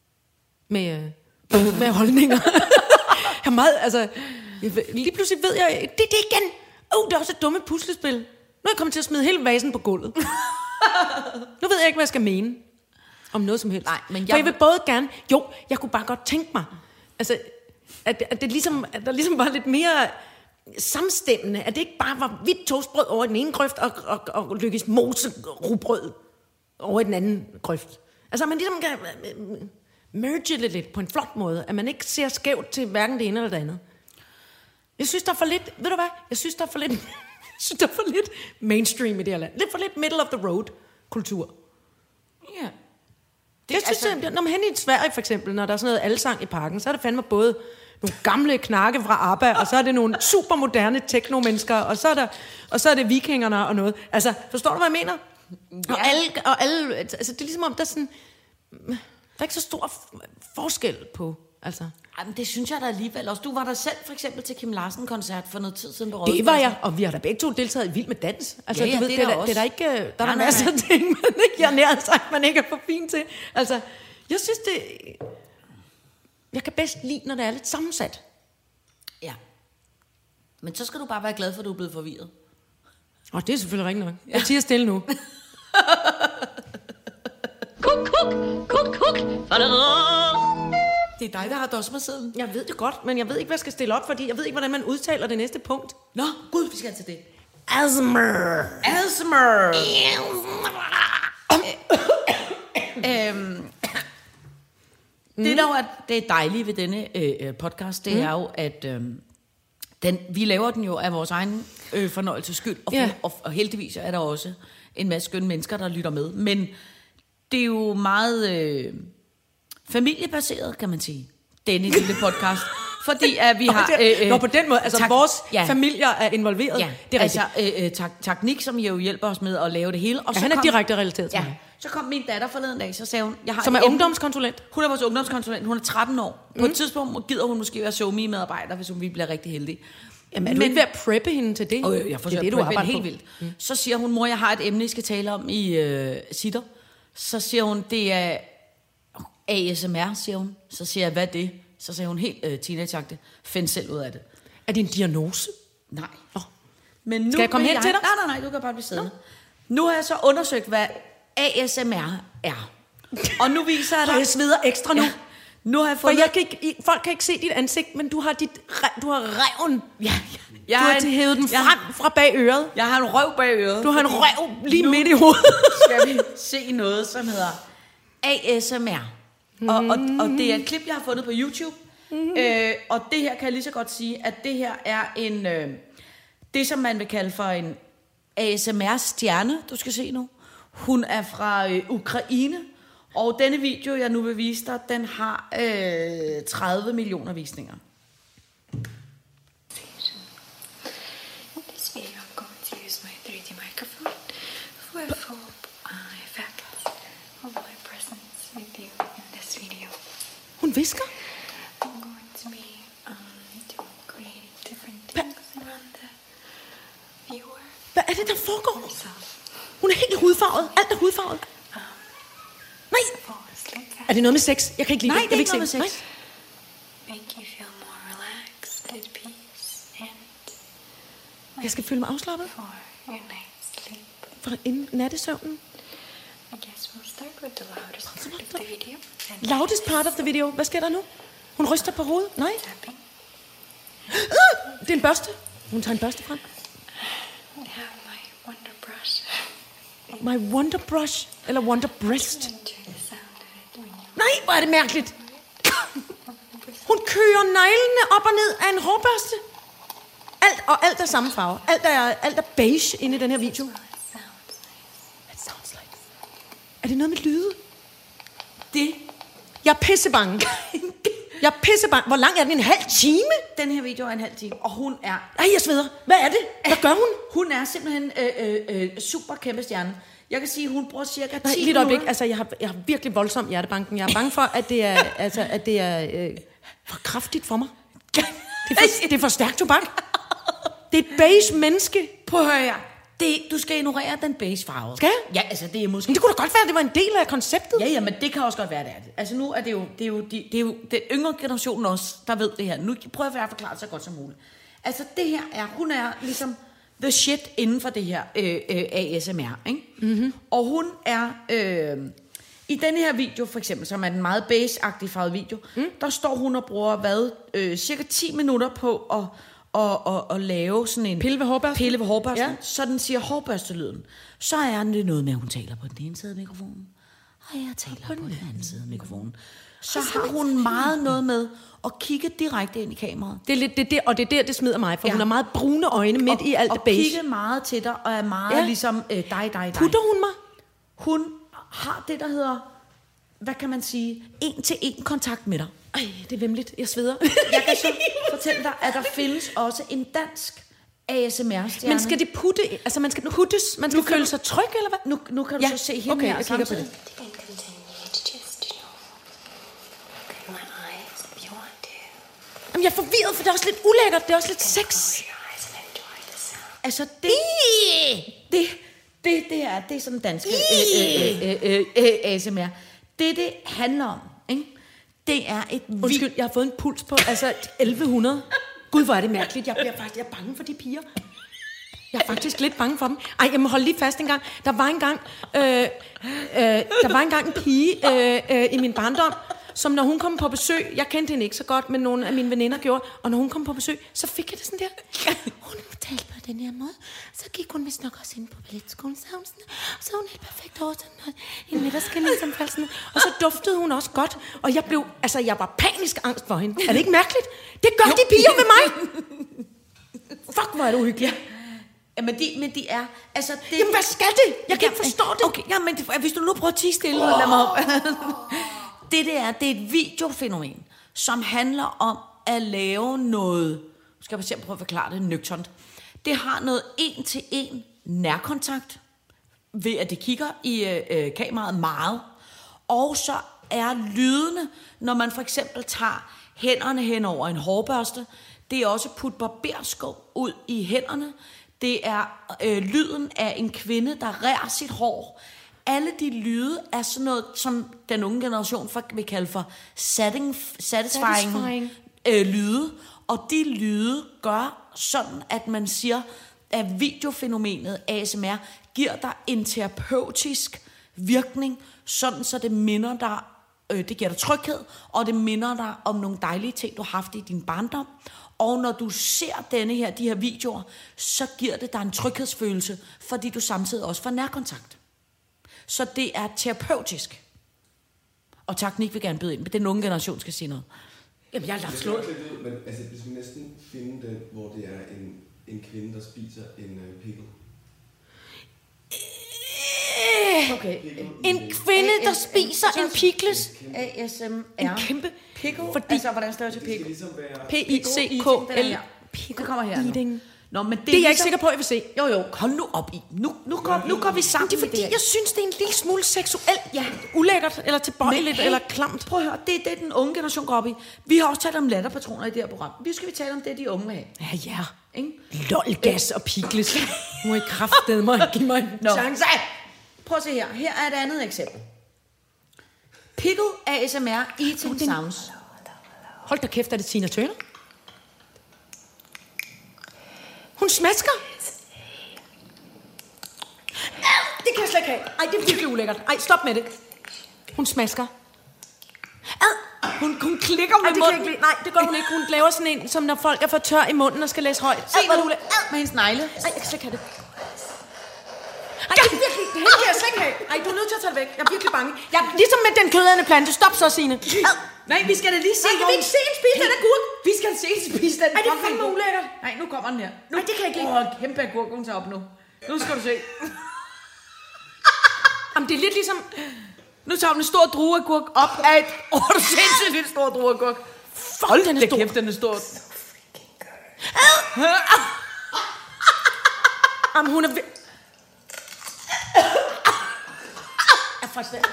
Med holdninger. Jeg er meget, altså... Lige pludselig ved jeg, det er det igen. Det er også et dumme puslespil. Nu er jeg kommet til at smide hele vasen på gulvet. Nu ved jeg ikke, hvad jeg skal mene om noget som helst. Nej, men For jeg vil både gerne... Jo, jeg kunne bare godt tænke mig, altså, at der ligesom var lidt mere samstemmende. At det ikke bare var hvidt toastbrød over i den ene grøft, og Lykkes Mose rugbrød over i den anden grøft. Altså, at man ligesom kan merge det lidt på en flot måde. At man ikke ser skævt til hverken det ene eller det andet. Jeg synes, der er for lidt... Ved du hvad? Jeg synes, der er for lidt mainstream i det her land. Lidt for lidt middle of the road kultur. Ja. Jeg synes, når man hen i Sverige for eksempel, når der er sådan noget alsang i parken, så er det fandme både nogle gamle knarke fra ABBA, og så er det nogle supermoderne techno-mennesker, og så er det vikingerne og noget. Altså, forstår du, hvad jeg mener? Ja. Og alle, altså det er ligesom om, der er sådan... Der er ikke så stor forskel på, altså... Jamen, det synes jeg da alligevel også. Du var der selv for eksempel til Kim Larsen-koncert for noget tid siden på Det Rådhuspladsen. var jeg, og vi har da begge to deltaget i Vild med Dans. Altså, Ja, du ved, det er der det er der ikke... Der er Nej. masser af ting, man ikke... Jeg nær sagt, man ikke er for fin til. Altså, jeg synes, det... Jeg kan bedst lide, når det er lidt sammensat. Ja. Men så skal du bare være glad for, at du er blevet forvirret. Og det er selvfølgelig rigtigt nok. Jeg tiger stille nu. Kuk, kuk, kuk, kuk. Det er dig, der har dosmersedlen. Jeg ved det godt, men jeg ved ikke, hvad jeg skal stille op, fordi jeg ved ikke, hvordan man udtaler det næste punkt. Nå, gud, vi skal til det. Asmer. Asmer. Det, der jo er det dejlige ved denne podcast, det er jo, at vi laver den jo af vores egen fornøjelses skyld, og heldigvis er der også en masse skønne mennesker, der lytter med. Men det er jo meget familiebaseret, kan man sige, denne lille podcast. Fordi at vi har... på den måde, altså vores familier er involveret. Ja, det er rigtigt. altså Teknik, som jo hjælper os med at lave det hele. Og Ja, han er direkte relateret til mig. Så kom min datter forleden dag, så sagde hun... Som er ungdomskonsulent. Hun er vores ungdomskonsulent, hun er 13 år. På et tidspunkt gider hun måske være SoMe-medarbejder, hvis vi bliver rigtig heldige. Jamen, er du ikke ved at preppe hende til det? Jeg forsøger det, at preppe hende helt vildt. Så siger hun, mor, jeg har et emne, I skal tale om i Sitter. Så siger hun, det er ASMR, siger hun. Så siger jeg, hvad er det? Så siger hun helt teenageagtigt, find selv ud af det. Er det en diagnose? Nej. Men nu skal jeg komme hen til dig? Nej, du kan bare blive siddende. Nu har jeg så undersøgt, hvad ASMR er. Og nu viser jeg dig... Jeg sveder ekstra nu. Ja. Nu har jeg fået... Folk kan ikke se dit ansigt, men du har revnen. Ja. Du har hævet den frem fra bag øret. Jeg har en røv bag øret. Du har en røv lige midt i hovedet. Skal vi se noget, som hedder ASMR. Og det er et klip, jeg har fundet på YouTube. Og det her kan jeg lige så godt sige, at det her er en... det, som man vil kalde for en ASMR-stjerne, du skal se nu. Hun er fra Ukraine. Og denne video, jeg nu vil vise dig, den har 30 millioner visninger. In this video, I'm going to use my 3D microphone for full effects of my presence with you in this video. Hun visker. I'm going to be creating different things around the viewer. Hvad er det, der foregår? Yourself. Hun er helt hudfarvet. Alt er hudfarvet. Nej. Er det noget med sex? Jeg kan ikke lide Nej, det. det er ikke noget med sex. Make you feel more relaxed, at peace, and Jeg skal føle mig afslappet for your night's sleep. for inden nattesøvnen. I guess we'll start with the loudest part of the video. And Loudest part of the video. Hvad sker der nu? Hun ryster på hovedet. Nej. tapping. Det er en børste. Hun tager en børste frem. I have my wonder brush. My wonder brush, eller wonder breast. Enjoy the sound of it when you Nej, hvor er det mærkeligt. Hun kører neglene op og ned af en hårbørste. Alt er samme farve. Alt er beige inde i den her video. It sounds like. Er det noget med lyde? Jeg er pissebange. Hvor lang er den? En halv time? Den her video er en halv time, og hun er... Ej, jeg sveder. Hvad er det? Hvad gør hun? Hun er simpelthen super kæmpe stjerne. Jeg kan sige, hun bruger cirka 10 Nej, lidt øjeblik. Altså, jeg har virkelig voldsom hjertebanken. Jeg er bange for, at det er for kraftigt for mig. Det er for stærkt tobak. Det er et beige menneske. Prøv at høre her. Du skal ignorere den beige farve. Skal Ja, altså det er måske... Men det kunne da godt være, at det var en del af konceptet. Ja, men det kan også godt være, det er det. Altså nu er det er jo den yngre generation også, der ved det her. Nu prøver jeg at forklare det så godt som muligt. Altså det her hun er ligesom the shit inden for det her ASMR, ikke? Mm-hmm. Og hun er... I denne her video for eksempel, som er en meget beige-agtig farvet video, der står hun og bruger cirka 10 minutter på at lave sådan en pille ved hårbørsten, ja. Så den siger hårbørstelyden. Så er det noget med, at hun taler på den ene side af mikrofonen, og jeg taler på den anden side af mikrofonen. Så har hun meget noget med at kigge direkte ind i kameraet. Det er der, det smider mig, for hun har meget brune øjne midt i alt det beige. Og kigge meget til dig, og er meget ligesom dig. Putter hun mig? Hun har det, der hedder, hvad kan man sige, 1-til-1 kontakt med dig. Ej, det er vemmeligt. Jeg sveder. Jeg kan så fortælle dig, at der findes også en dansk ASMR-stjerne. Men skal det putte? Altså man skal puttes? Man skal føle sig tryg, eller hvad? Nu kan du så se hende her. Jeg kigger på det. can continue to just, look at my eyes if you want to. Jamen, jeg er forvirret, for det er også lidt ulækkert. Det er også lidt sex. Close your eyes and enjoy the sound. Altså det er sådan dansk ASMR. Det handler om, ikke? Det er et Undskyld, jeg har fået en puls på 1100. Gud, hvor er det mærkeligt. Jeg er bange for de piger. Jeg er faktisk lidt bange for dem. Ej, jeg må holde lige fast en gang. Der var engang en pige i min barndom, som når hun kom på besøg, jeg kendte hende ikke så godt, men nogle af mine veninder gjorde, og når hun kom på besøg, så fik jeg det sådan der. Hun talte på den her måde, så gik hun vist nok også ind på balletskolen, så hun sådan, og så hun helt perfekt over sådan en middagskældning, som faldt sådan, og så duftede hun også godt, og jeg var panisk angst for hende. Er det ikke mærkeligt? Det gør de piger med mig! Fuck, hvor er det uhyggeligt. Ja, men de er... Altså, det, Jamen, hvad skal det? Jeg kan ikke forstå det. Okay, ja, men hvis du nu prøver at tie stille, lad mig op. Det er et videofænomen, som handler om at lave noget... Skal jeg prøve at forklare det nøgternt. Det har noget 1-til-1 nærkontakt, ved at det kigger i kameraet meget. Og så er lydene, når man for eksempel tager hænderne hen over en hårbørste, det er også put barberskum ud i hænderne. Det er lyden af en kvinde, der rær sit hår. Alle de lyde er sådan noget, som den unge generation vil kalde for satisfying. Lyde. Og de lyde gør sådan, at man siger, at videofænomenet ASMR giver dig en terapeutisk virkning, sådan så det minder dig, det giver dig tryghed, og det minder dig om nogle dejlige ting, du har haft i din barndom. Og når du ser de her videoer, så giver det dig en tryghedsfølelse, fordi du samtidig også får nærkontakt. Så det er terapeutisk. Og teknik vil gerne byde ind, men den unge generation skal sige noget. Jamen, jeg er lagt slået. Men altså, vi skal næsten finde den, hvor det er en kvinde, der spiser en pickle. Okay. En kvinde, der spiser en pickles. ASMR. En kæmpe pickle. Fordi Altså, hvordan står det til pickle? Ligesom være... P-I-C-K-L. Det kommer her nu. Nå, men Det er jeg ikke sikker på, at jeg vil se. Jo, hold nu op i. Nu går vi sammen. Det er fordi, jeg synes, det er en lille smule seksuelt. Ja, ulækkert, eller tilbøjeligt, eller klamt. Prøv at høre, det er det, den unge generation går op i. Vi har også talt om latterpatroner i det her program. Vi skal tale om det, de unge vil have. Ja. Ikke? Lolgas og pickles. Nu er I kraftedeme mig. Giv mig en chance. Prøv at se her. Her er et andet eksempel. Pickle ASMR Eating Sounds. Hold da kæft, er det Tina Turner? Hun smasker. Det kan jeg slet ikke have. Ej, det er virkelig ulækkert. Ej, stop med det. Hun smasker. Hun klikker med munden. Nej, det gør hun ikke. Hun laver sådan en, som når folk er for tør i munden og skal læse højt. Se, hvad du laver. Med hendes negle. Nej, jeg kan slet ikke have det. Ej, det er virkelig, det kan jeg slet ikke have. Ej, du er nødt til at tage det væk. Jeg er virkelig bange. Jeg er ligesom med den kødædende plante. Stop så, Signe. Nej, vi skal da lige se. Nej, kan vi ikke se en spise den agurk? Vi skal se en spise den. Ej, det er fandme ulækkert. Nej, nu kommer den her. Nej, det kan jeg ikke lide. Kæmpe agurk, hun tager op nu. Nu skal du se. Jamen, det er lidt ligesom... Nu tager hun en stor drueagurk op af et... du sindssygt lidt stor drueagurk. Hold, den er stor. Kæft, den er stor. Jamen, hun er... Jeg er faktisk...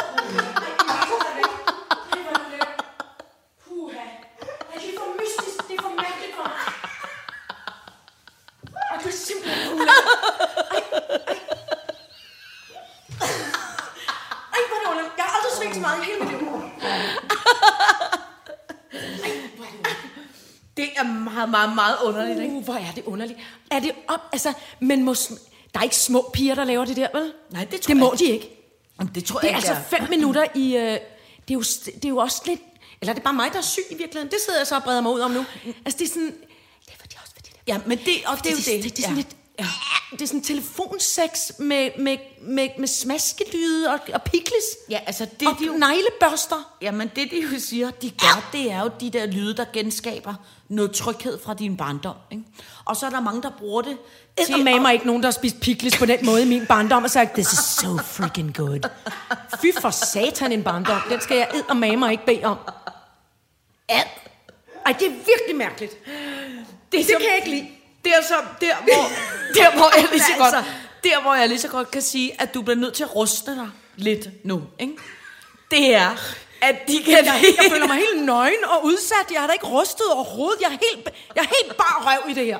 Det er meget, meget, meget underligt, ikke? Hvor er det underligt. Er det op... Altså, men der er ikke små piger, der laver det der, vel? Nej, det tror det jeg må ikke. de ikke. Jamen, det tror Det jeg er ikke. altså 5 minutter i... Det er jo også lidt... Eller er det bare mig, der er syg i virkeligheden? Det sidder jeg så og breder mig ud om nu. Altså, det er sådan... Det er fordi også fordi det... Ja, men det er jo det. Det er sådan lidt... Ja. Det er sådan telefonsex med smaskelyde og piklis. Ja, altså det og de jo... neglebørster. Jamen det de jo siger, de gør, det er jo de der lyde, der genskaber noget tryghed fra din barndom. Ikke? Og så er der mange, der bruger det til... Og med mig ikke nogen, der har spist piklis på den måde i min barndom og sagt, this is so freaking good. Fy for satan en barndom. Den skal jeg eddermame ikke bede om. Ej, det er virkelig mærkeligt. Det kan jeg ikke lide. Det er så der hvor jeg lige så godt, der hvor jeg lige så godt kan sige, at du bliver nødt til at ruste dig lidt nu, ikke? Det er, at de kan... Jeg føler mig helt nøgen og udsat. Jeg har da ikke rustet overhovedet. Jeg er helt bare røv i det her.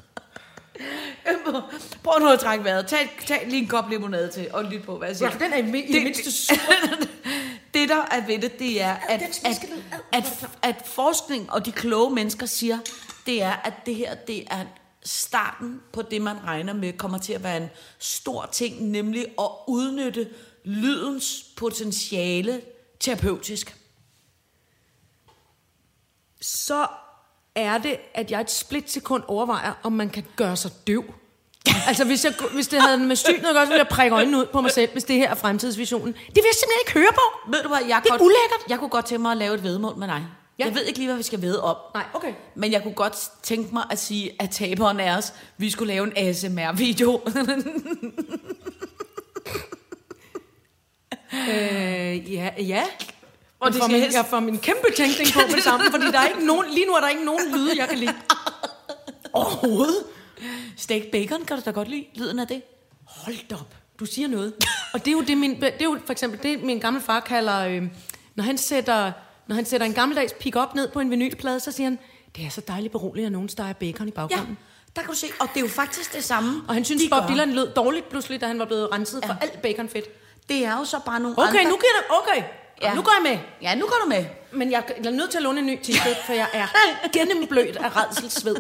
Prøv nu at trække vejret. Tag lige en kop limonade til og lyt på, hvad jeg siger. Ja, den er i det mindste sur. Det der er ved det er, at forskning og de kloge mennesker siger, det er, at det her, det er starten på det, man regner med, kommer til at være en stor ting, nemlig at udnytte lydens potentiale terapeutisk. Så er det, at jeg et splitsekund overvejer, om man kan gøre sig døv. Altså, hvis det havde med synet at gøre, så ville jeg prikke øjnene ud på mig selv, hvis det her er fremtidsvisionen. Det vil jeg simpelthen ikke høre på. Ved du hvad, det er ulækkert. Jeg kunne godt tænke mig at lave et væddemål med dig. Ja. Jeg ved ikke lige, hvad vi skal vædde om. Nej, okay. Men jeg kunne godt tænke mig at sige, at taberen af os, vi skulle lave en ASMR-video. Ja. Og jeg får min kæmpe tænkning på det samme, fordi der er ikke nogen, lige nu er der ikke nogen lyde, jeg kan lide. Overhovedet. Stegt bacon, kan du da godt lide lyden af det? Hold op, du siger noget. Og det er jo det er jo for eksempel det, min gamle far kalder, når han sætter en gammeldags pick-up ned på en vinylplade, så siger han, det er så dejligt beroligt, at nogen steger bacon i baggrunden. Ja, der kan du se, og det er jo faktisk det samme. Og han synes, Bob Dylan lød dårligt pludselig, da han var blevet renset for alt baconfedt. Det er jo så bare nogle andre... Okay, ja. Nu går jeg med. Ja, nu går du med. Men jeg er nødt til at låne en ny t-shirt, for jeg er gennemblødt af rædselssved.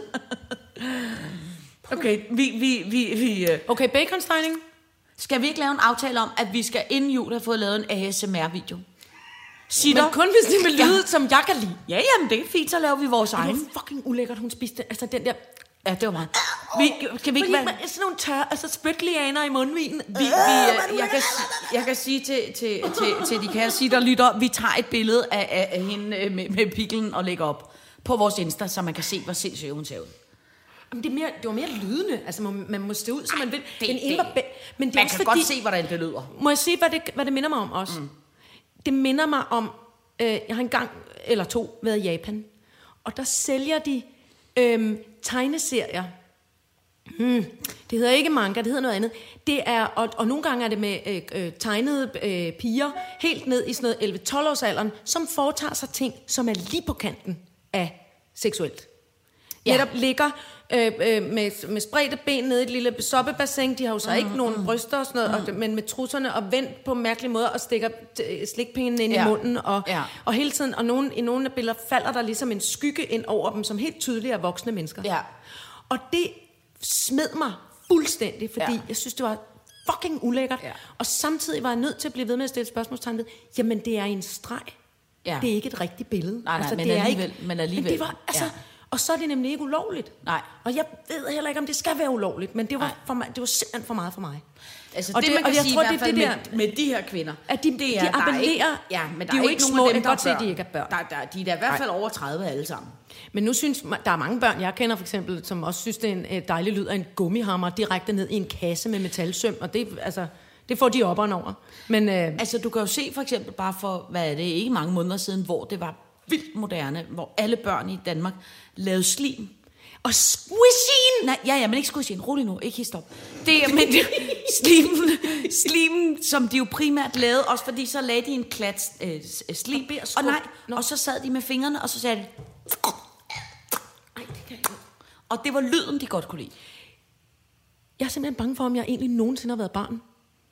Okay, vi Okay, baconstegning. Skal vi ikke lave en aftale om, at vi skal inden jul have fået lavet en ASMR-video? Men kun hvis det vil lyde, som jeg kan lide. Ja, jamen det er fint, så laver vi vores egen. Det var fucking ulækkert, hun spiste. Altså den der... Ja, det var meget. Kan vi ikke være... Sådan nogle tør, altså spytlianer i mundvinen. Jeg kan sige til de kære sige, der lytter, vi tager et billede af hende med piklen og lægger op på vores Insta, så man kan se, hvor sindssygt hun ser ud. Men det var mere lydende. Altså man må stå ud, som man vil. Men det man kan godt se, hvordan det lyder. Må jeg sige, hvad det minder mig om også? Det minder mig om, jeg har en gang eller to været i Japan, og der sælger de tegneserier. Det hedder ikke manga, det hedder noget andet. Det er, og nogle gange er det med tegnede piger, helt ned i sådan noget 11-12-årsalderen, som foretager sig ting, som er lige på kanten af seksuelt. Ja. Netop ligger med spredte ben nede i et lille soppebassin. De har jo så ikke nogen bryster og sådan noget, men med trusserne og vendt på mærkelige måder og stikker slikpinden ind i munden. Og hele tiden, og i nogle af billeder falder der ligesom en skygge ind over dem, som helt tydeligt er voksne mennesker. Ja. Og det smed mig fuldstændig, fordi jeg synes, det var fucking ulækkert. Ja. Og samtidig var jeg nødt til at blive ved med at stille spørgsmålstegn ved, jamen det er en streg. Ja. Det er ikke et rigtigt billede. Nej, altså, men det er alligevel. ikke, Men alligevel. det var, altså, ja. Og så er det nemlig ikke ulovligt. Nej. Og jeg ved heller ikke, om det skal være ulovligt, men det var, for mig, det var simpelthen for meget for mig. Altså Og det, det- man og kan jeg sige tror, i hvert det er fald det med de her kvinder, At de det er, der er appellerer. ikke, ja, men der De er er jo ikke ikke nogen små. af dem, Jeg kan godt se, der at de ikke er børn. De er da i hvert fald over 30 alle sammen. Men nu synes der er mange børn, jeg kender for eksempel, som også synes, det er en dejlig lyd af en gummihammer direkte ned i en kasse med metalsøm, og det, altså, det får de opperen over. Men Altså du kan jo se for eksempel bare for, hvad er det, ikke mange måneder siden, hvor det var vildt moderne, hvor alle børn i Danmark lavede slim. og squishin! Nej, ja, men ikke squishin. Rolig nu, ikke histop. Det er men slimen, som de jo primært lavede, også fordi så lagde de en klat slim. Og nej, og så sad de med fingrene, og så sagde de... Og det var lyden, de godt kunne lide. Jeg er simpelthen bange for, om jeg egentlig nogensinde har været barn.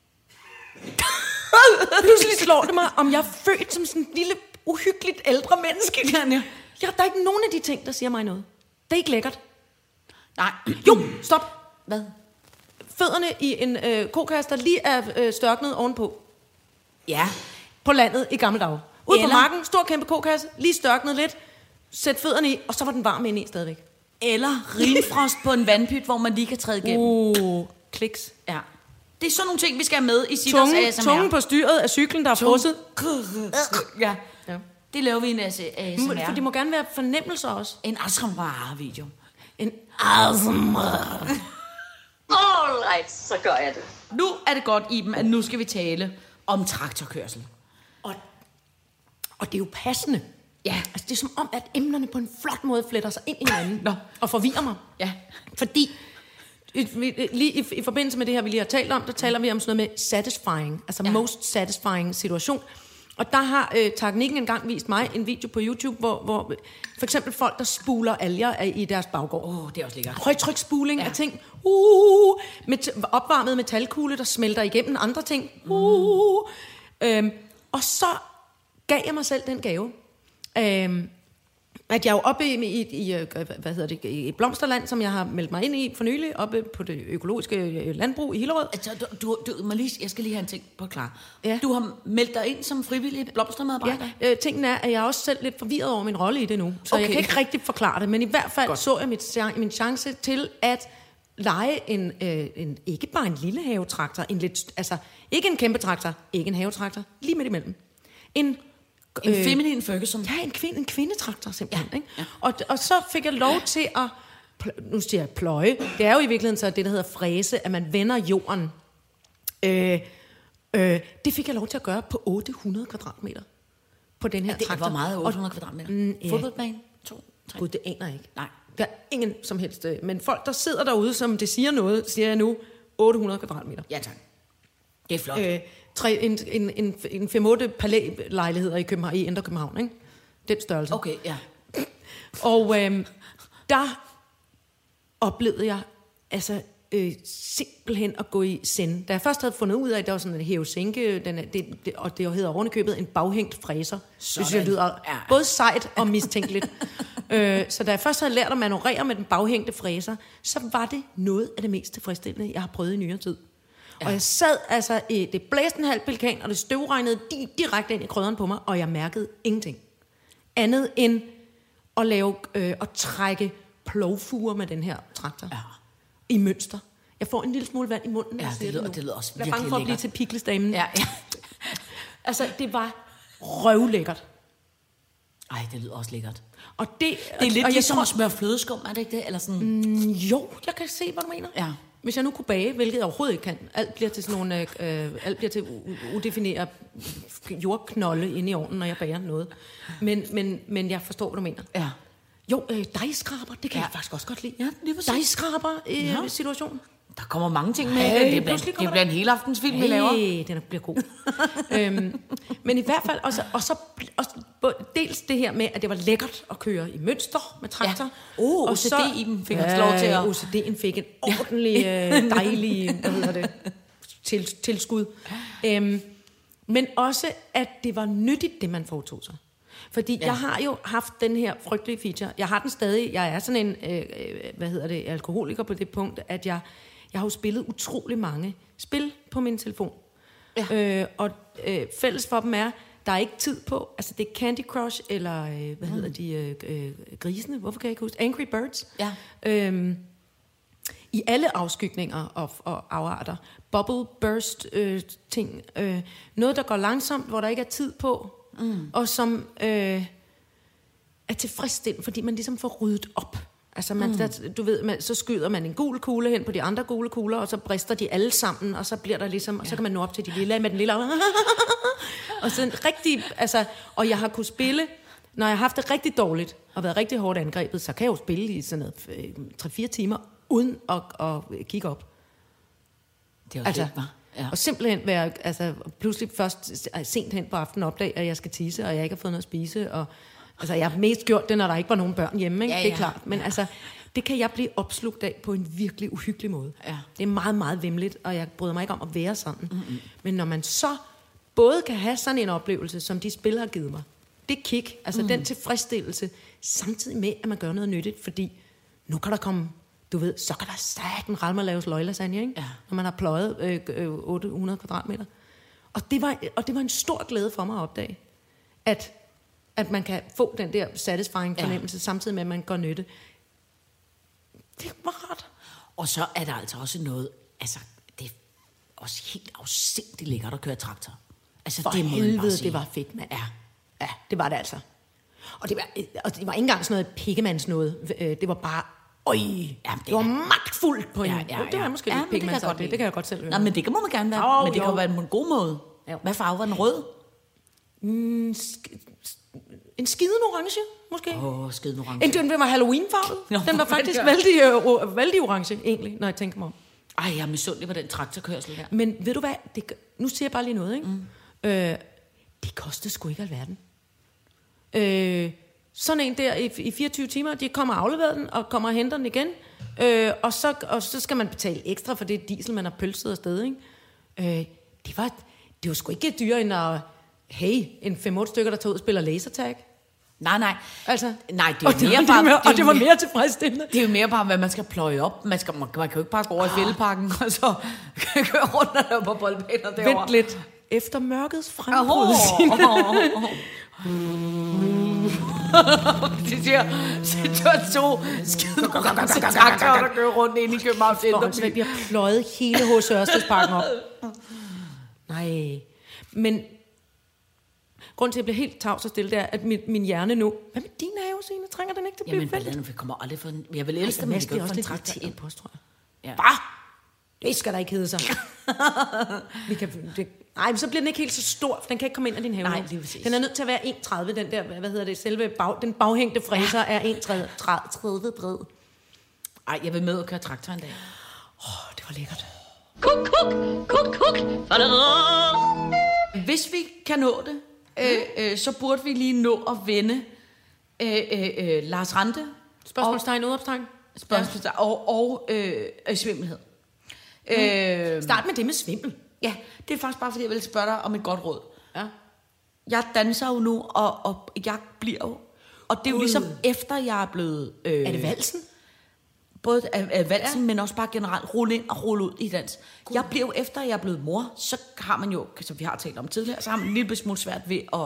Pludselig slår det mig, om jeg er født som sådan en lille, uhyggeligt ældre menneske. Der er ikke nogen af de ting, der siger mig noget. Det er ikke lækkert. Nej. Jo, stop. Hvad? Fødderne i en kokasse, der lige er størknet ovenpå. Ja. På landet i gamle dage. Ude på Eller- marken, stor kæmpe kokasse, lige størknet lidt. Sæt fødderne i, og så var den varm inde i stadigvæk. Eller rimfrost på en vandpyt, hvor man lige kan træde igennem. Kliks. Ja. Det er sådan nogle ting, vi skal have med i Sitters ASMR. Tungen på styret af cyklen, der er frosset. Ja. Ja. Det laver vi i en ASMR. For det må gerne være fornemmelser også. En ASMR-video. En ASMR. Alright, så gør jeg det. Nu er det godt, Iben, at nu skal vi tale om traktorkørsel. Og det er jo passende. Ja. Altså, det er som om, at emnerne på en flot måde fletter sig ind i hinanden. Nå. Og forvirrer mig. Ja. Fordi, lige i forbindelse med det her, vi lige har talt om, der taler vi om sådan noget med satisfying. Altså most satisfying situation. Og der har teknikken engang vist mig en video på YouTube, hvor for eksempel folk, der spuler alger i deres baggård. Det er også lækkert. Højtryksspuling af ting. Opvarmet metalkugle, der smelter igennem andre ting. Og så gav jeg mig selv den gave. At jeg jo oppe i Blomsterland, som jeg har meldt mig ind i for nylig, oppe på det økologiske landbrug i Hillerød. Altså, jeg skal lige have en ting på klar. Ja. Du har meldt dig ind som frivillig blomstermedarbejder? Ja, tingen er, at jeg er også selv lidt forvirret over min rolle i det nu. Så Okay. jeg kan ikke rigtig forklare det, men i hvert fald så jeg min chance til at lege en ikke bare en lille havetraktor, ikke en kæmpe traktor, ikke en havetraktor, lige midt imellem. En feminin Ferguson. Ja, en kvindetraktor simpelthen. Ja, Ikke? ja. Og så fik jeg lov til at, nu siger jeg pløje, det er jo i virkeligheden så det, der hedder fræse, at man vender jorden. Det fik jeg lov til at gøre på 800 kvadratmeter på den her Det traktor. var meget 800 kvadratmeter. ja. Fodboldbane? 2, 3. Gud, det aner jeg ikke. Nej. Der er ingen som helst. Men folk, der sidder derude, som det siger noget, siger jeg nu, 800 kvadratmeter. Ja, tak. Det er flot. En 5-8 palælejligheder i København, i Indre København, ikke? Den størrelse. Okay, ja. Og der oplevede jeg simpelthen at gå i send. Da jeg først havde fundet ud af, at der var sådan en hævesænke, og det hedder ovenikøbet en baghængt fræser. Synes jeg lyder både sejt og mistænkeligt. Så da jeg først havde lært at manøvrere med den baghængte fræser, så var det noget af det mest tilfredsstillende, jeg har prøvet i nyere tid. Ja. Og jeg sad det blæste en halv pelikan, og det støvregnede direkte ind i krydderen på mig, og jeg mærkede ingenting. Andet end at trække plovfuger med den her traktor. Ja. I mønster. Jeg får en lille smule vand i munden, når jeg siger det lyder også jeg er virkelig bange for at blive lækkert. til piklesdamen. Ja. Altså, det var røvlækkert. Ej, det lyder også lækkert. Og det Det er lidt og ligesom at smøre flødeskum, er det ikke det? Eller sådan... Jo, jeg kan se, hvad du mener. Ja. Hvis jeg nu kunne bage, hvilket jeg overhovedet ikke kan. Alt bliver til sådan nogle, alt bliver til udefineret jordknolde inde i ovnen, når jeg bager noget. Men jeg forstår, hvad du mener. Ja. Jo, dejskraber, det kan jeg faktisk også godt lide. Ja, lige præcis. Dejskraber situationen. Der kommer mange ting med. Hey, Det bliver en hele aftensfilm, vi laver. Den bliver god. Men i hvert fald, dels det her med, at det var lækkert at køre i mønster med traktor. Ja. OCD-Iben fik også lov til at... OCD'en fik en ordentlig, dejlig, tilskud. Men også, at det var nyttigt, det man foretog sig. Fordi jeg har jo haft den her frygtelige feature. Jeg har den stadig. Jeg er sådan en, alkoholiker på det punkt, at jeg har jo spillet utrolig mange spil på min telefon. Ja. Og fælles for dem er, der er ikke tid på. Altså, det er Candy Crush, eller hvad hedder de, grisene? Hvorfor kan jeg ikke huske? Angry Birds. Ja. I alle afskygninger og afarter. Bubble burst ting. Noget, der går langsomt, hvor der ikke er tid på. Og som er tilfredsstillende, fordi man ligesom får ryddet op. Altså, du ved, så skyder man en gul kugle hen på de andre gule kugler, og så brister de alle sammen, og så bliver der ligesom, og så kan man nå op til de lille med den lille. Og sådan rigtig, altså, og jeg har kunnet spille, når jeg har haft det rigtig dårligt, og været rigtig hårdt angrebet, så kan jeg jo spille i sådan noget 3-4 timer, uden at kigge op. Det er jo Altså, fedt, hva'? Ja. Og simpelthen være, altså, pludselig først sent hen på aftenen opdage, at jeg skal tisse, og jeg ikke har fået noget at spise, og altså, jeg har mest gjort det, når der ikke var nogen børn hjemme, ikke? Ja, Det er klart. Men altså, det kan jeg blive opslugt af på en virkelig uhyggelig måde. Ja. Det er meget, meget vemmeligt, og jeg bryder mig ikke om at være sådan. Men når man så både kan have sådan en oplevelse, som de spil har givet mig, det kick, altså den tilfredsstillelse, samtidig med, at man gør noget nyttigt, fordi nu kan der komme, du ved, så kan der satan ramme at laves løglasagne, ikke? Ja. Når man har pløjet 800 kvadratmeter. Og det var en stor glæde for mig at opdage, at man kan få den der satisfying fornemmelse, samtidig med, at man gør nytte. Det var rart. Og så er der altså også noget, altså, det er også helt afsindigt lækkert at køre traktor. Altså, For det må man bare helvede, sige. det var fedt, mand. Ja. Ja, det var det altså. Og det var ikke engang sådan noget pikkemands noget. Det var bare, det var magtfuldt på en. Det var måske lidt pikkemands. Det kan jeg godt selv høre. Nej, men det må man gerne være. Men det kan jo være på en god måde. Ja. Hvad farve var den rød? En skiden orange, måske. Skiden orange. Den var Halloween-farvet. Den var faktisk vældig orange, egentlig, når jeg tænker mig om. Ej, jeg er misundelig på den traktorkørsel her. Men ved du hvad? Nu siger jeg bare lige noget, ikke? Det kostede sgu ikke alverden. Sådan en der i 24 timer, de kommer og afleverer den, og kommer og henter den igen. Og så skal man betale ekstra for det diesel, man har pølset afsted, ikke? Det var sgu ikke dyrere end at, en 5-8 stykker, der tager ud og spiller lasertag. Nej. Altså, Nej, det er mere bare... Og det var mere tilfredsstillende. Det er jo mere bare, hvad man skal pløje op. Man kan jo ikke bare gå over i fældeparken, og så køre rundt og lave på boldbaner derovre. Vent lidt. Efter mørkets frembrud. Det siger to skide traktorer, der kører rundt ind i Københavns Indre. Vi har pløjet hele H.C. Ørstedsparken op. Nej. Men grunden til, at jeg bliver helt tavs og stille, det er, at min hjerne nu... Hvad med din have, Signe? Trænger den ikke til at blive fældt? Jamen, vi kommer aldrig for en... Jeg vil elske dem, men det kan også få en traktor ind på os, tror jeg. Ja. Hvad? Det skal der ikke hedde sig. Nej, men så bliver den ikke helt så stor, for den kan ikke komme ind i din have. Nej, lige præcis. Den er nødt til at være 1,30, den der, hvad hedder det, selve den baghængte fræser er 1,30 bred. Ej, jeg vil med at køre traktor en dag. Det var lækkert. Kuk. Hvis vi kan nå det, så burde vi lige nå at vende Lars Ranthe. Spørgsmålstegn, udopstegn. Spørgsmålstegn og svimmelhed. Start med det med svimmel. Ja, det er faktisk bare, fordi jeg vil spørge dig om et godt råd. Ja. Jeg danser jo nu, og jeg bliver jo... Og det er jo ligesom efter, jeg er blevet... Er det valsen? Både af valsen, men også bare generelt rulle ind og rulle ud i dans. Jeg bliver jo efter, jeg er blevet mor, så har man jo, som vi har talt om tidligere, så har man en lille smule svært ved at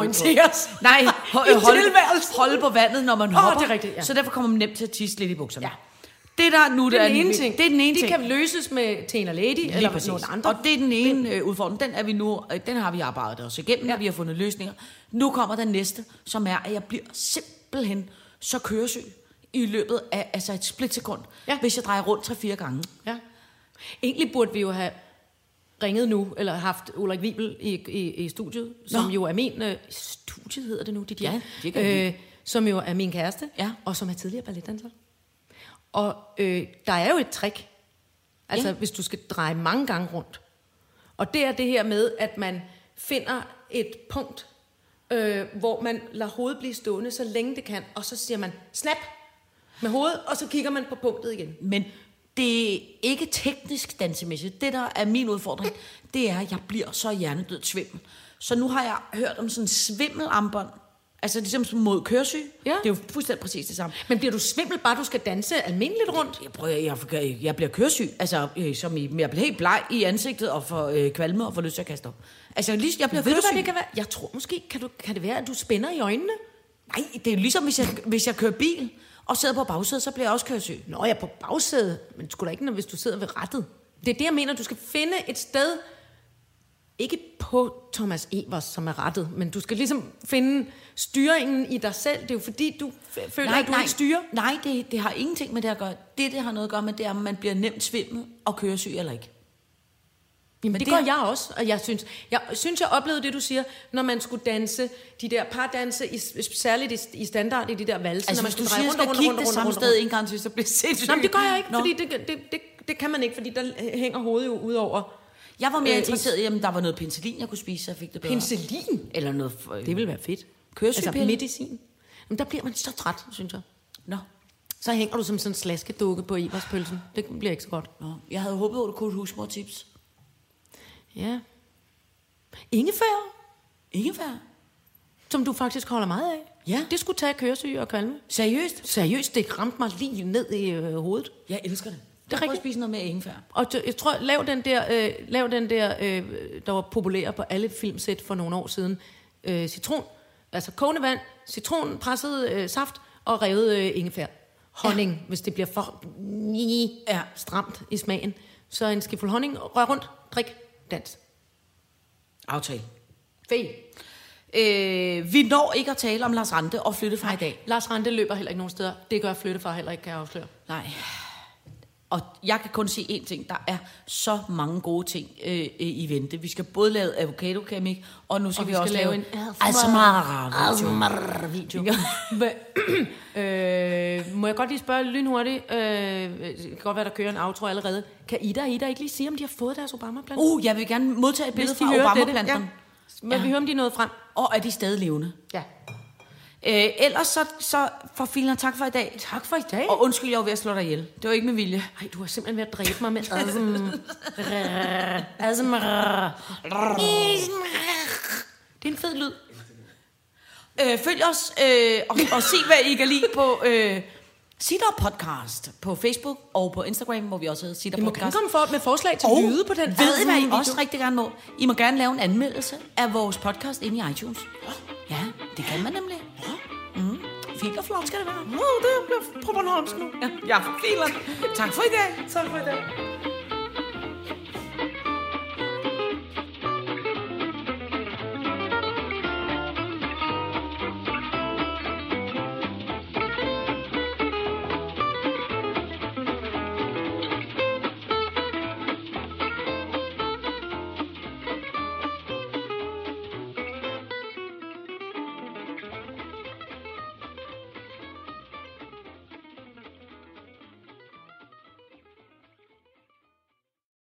holde på vandet, når man hopper. Det er rigtigt, ja. Så derfor kommer man nemt til at tisse lidt i bukserne. Ja. Det der nu, Det er den ene ting. Det er den ene ting. De kan løses med Tena Lady eller nogle andre. Og det er den ene udfordring. Den har vi arbejdet os igennem, og vi har fundet løsninger. Nu kommer den næste, som er, at jeg bliver simpelthen så køresyg i løbet af et splitsekund, hvis jeg drejer rundt 3-4 gange. Ja. Egentlig burde vi jo have ringet nu, eller haft Ulrik Wiibel i studiet, som jo er min... studiet hedder det nu, dit som jo er min kæreste, og som er tidligere balletdanser. Og der er jo et trick, altså hvis du skal dreje mange gange rundt. Og det er det her med, at man finder et punkt, hvor man lader hovedet blive stående, så længe det kan, og så siger man snap med hovedet, og så kigger man på punktet igen. Men det er ikke teknisk dansemæssigt. Det, der er min udfordring, det er, at jeg bliver så hjernedød svimmel. Så nu har jeg hørt om sådan en svimmelarmbånd, Altså ligesom mod køresyg. Ja. Det er jo fuldstændig præcis det samme. Men bliver du svimmel, bare du skal danse almindeligt rundt? Jeg bliver køresyg. Altså, jeg bliver helt bleg i ansigtet og får kvalme og får lyst til at kaste op. Altså, jeg bliver Ved du, køresyg. hvad det kan være? Jeg tror måske, kan det være, at du spænder i øjnene? Nej, det er ligesom, hvis jeg kører bil og sidder på bagsædet, så bliver jeg også køresyg. Nå, jeg er på bagsædet, men sgu da ikke, hvis du sidder ved rattet. Det er det, jeg mener. Du skal finde et sted, ikke på Thomas Evers, som er rattet, men du skal ligesom finde styringen i dig selv. Det er jo fordi, du føler, at du ikke styrer. Nej, det har ingenting med det at gøre. Det har noget at gøre med, det er, om man bliver nemt svimmel og køresyg eller ikke. Jamen, det gør jeg også, og jeg synes, jeg oplevede det, du siger, når man skulle danse, de der pardanse, særligt i standard i de der valse. Altså, når man hvis du skulle siger, dreje at kigge det samme sted en gang til, så bliver det sindssygt. Nå, men det gør jeg ikke, fordi det kan man ikke, fordi der hænger hovedet jo ud over. Jeg var mere interesseret i, om der var noget penicillin, jeg kunne spise, så jeg fik det bedre. Penicillin? Eller noget... Det ville være fedt. Køresygepille? Altså medicin. Men der bliver man så træt, synes jeg. Nå. Så hænger du som sådan en slaskedukke på Eberspølsen. Det bliver ikke så godt. Nå. Jeg havde håbet, at du kunne et husmortips. Ja. Ingefær, Ingefær? som du faktisk holder meget af. Ja. Det skulle tage køresyge og kvalme. Seriøst, det ramte mig lige ned i hovedet. Jeg elsker det. Det er rigtigt. rigtigt. Spise noget med ingefær. Og jeg tror, lav den der, der var populær på alle filmsæt for nogle år siden. Citron, altså kogende vand, citron, presset saft og revet ingefær. Honning, hvis det bliver for stramt i smagen. Så en skefuld honning, rør rundt, drik, dans. Aftale. Fed. Vi når ikke at tale om Lars Rante og flyttefar i dag. Lars Rante løber heller ikke nogen steder. Det gør flyttefar heller ikke, kan jeg afsløre. Nej. Og jeg kan kun sige én ting. Der er så mange gode ting i vente. Vi skal både lave avocado-keramik, og nu skal vi også lave en ASMR-video. Må jeg godt lige spørge lynhurtigt? Det kan godt være, der kører en outro allerede. Kan Ida og Ida ikke lige sige, om de har fået deres Obama-planter? Jeg vil gerne modtage et billede fra Obama-planterne. Men vi hører, om de er nået frem. Og er de stadig levende? Ja. Ellers så for filen, tak for i dag. Tak for i dag. Og undskyld, jeg var ved at slå dig ihjel. Det var ikke med vilje. Ej, du har simpelthen ved at dræbe mig med Det er en fed lyd. Følg os og se, hvad I kan lide på Sitter Podcast på Facebook og på Instagram, hvor vi også hedder Sitter I må Podcast. gerne komme med forslag til lyde på den. Ved I, hvad I også rigtig gerne må? I må gerne lave en anmeldelse af vores podcast inde i iTunes. Ja, det kan man nemlig. Fint og flot skal det være. Det bliver på Bornholmsk nu. Ja, filer. Tak for i dag. Tak for i dag.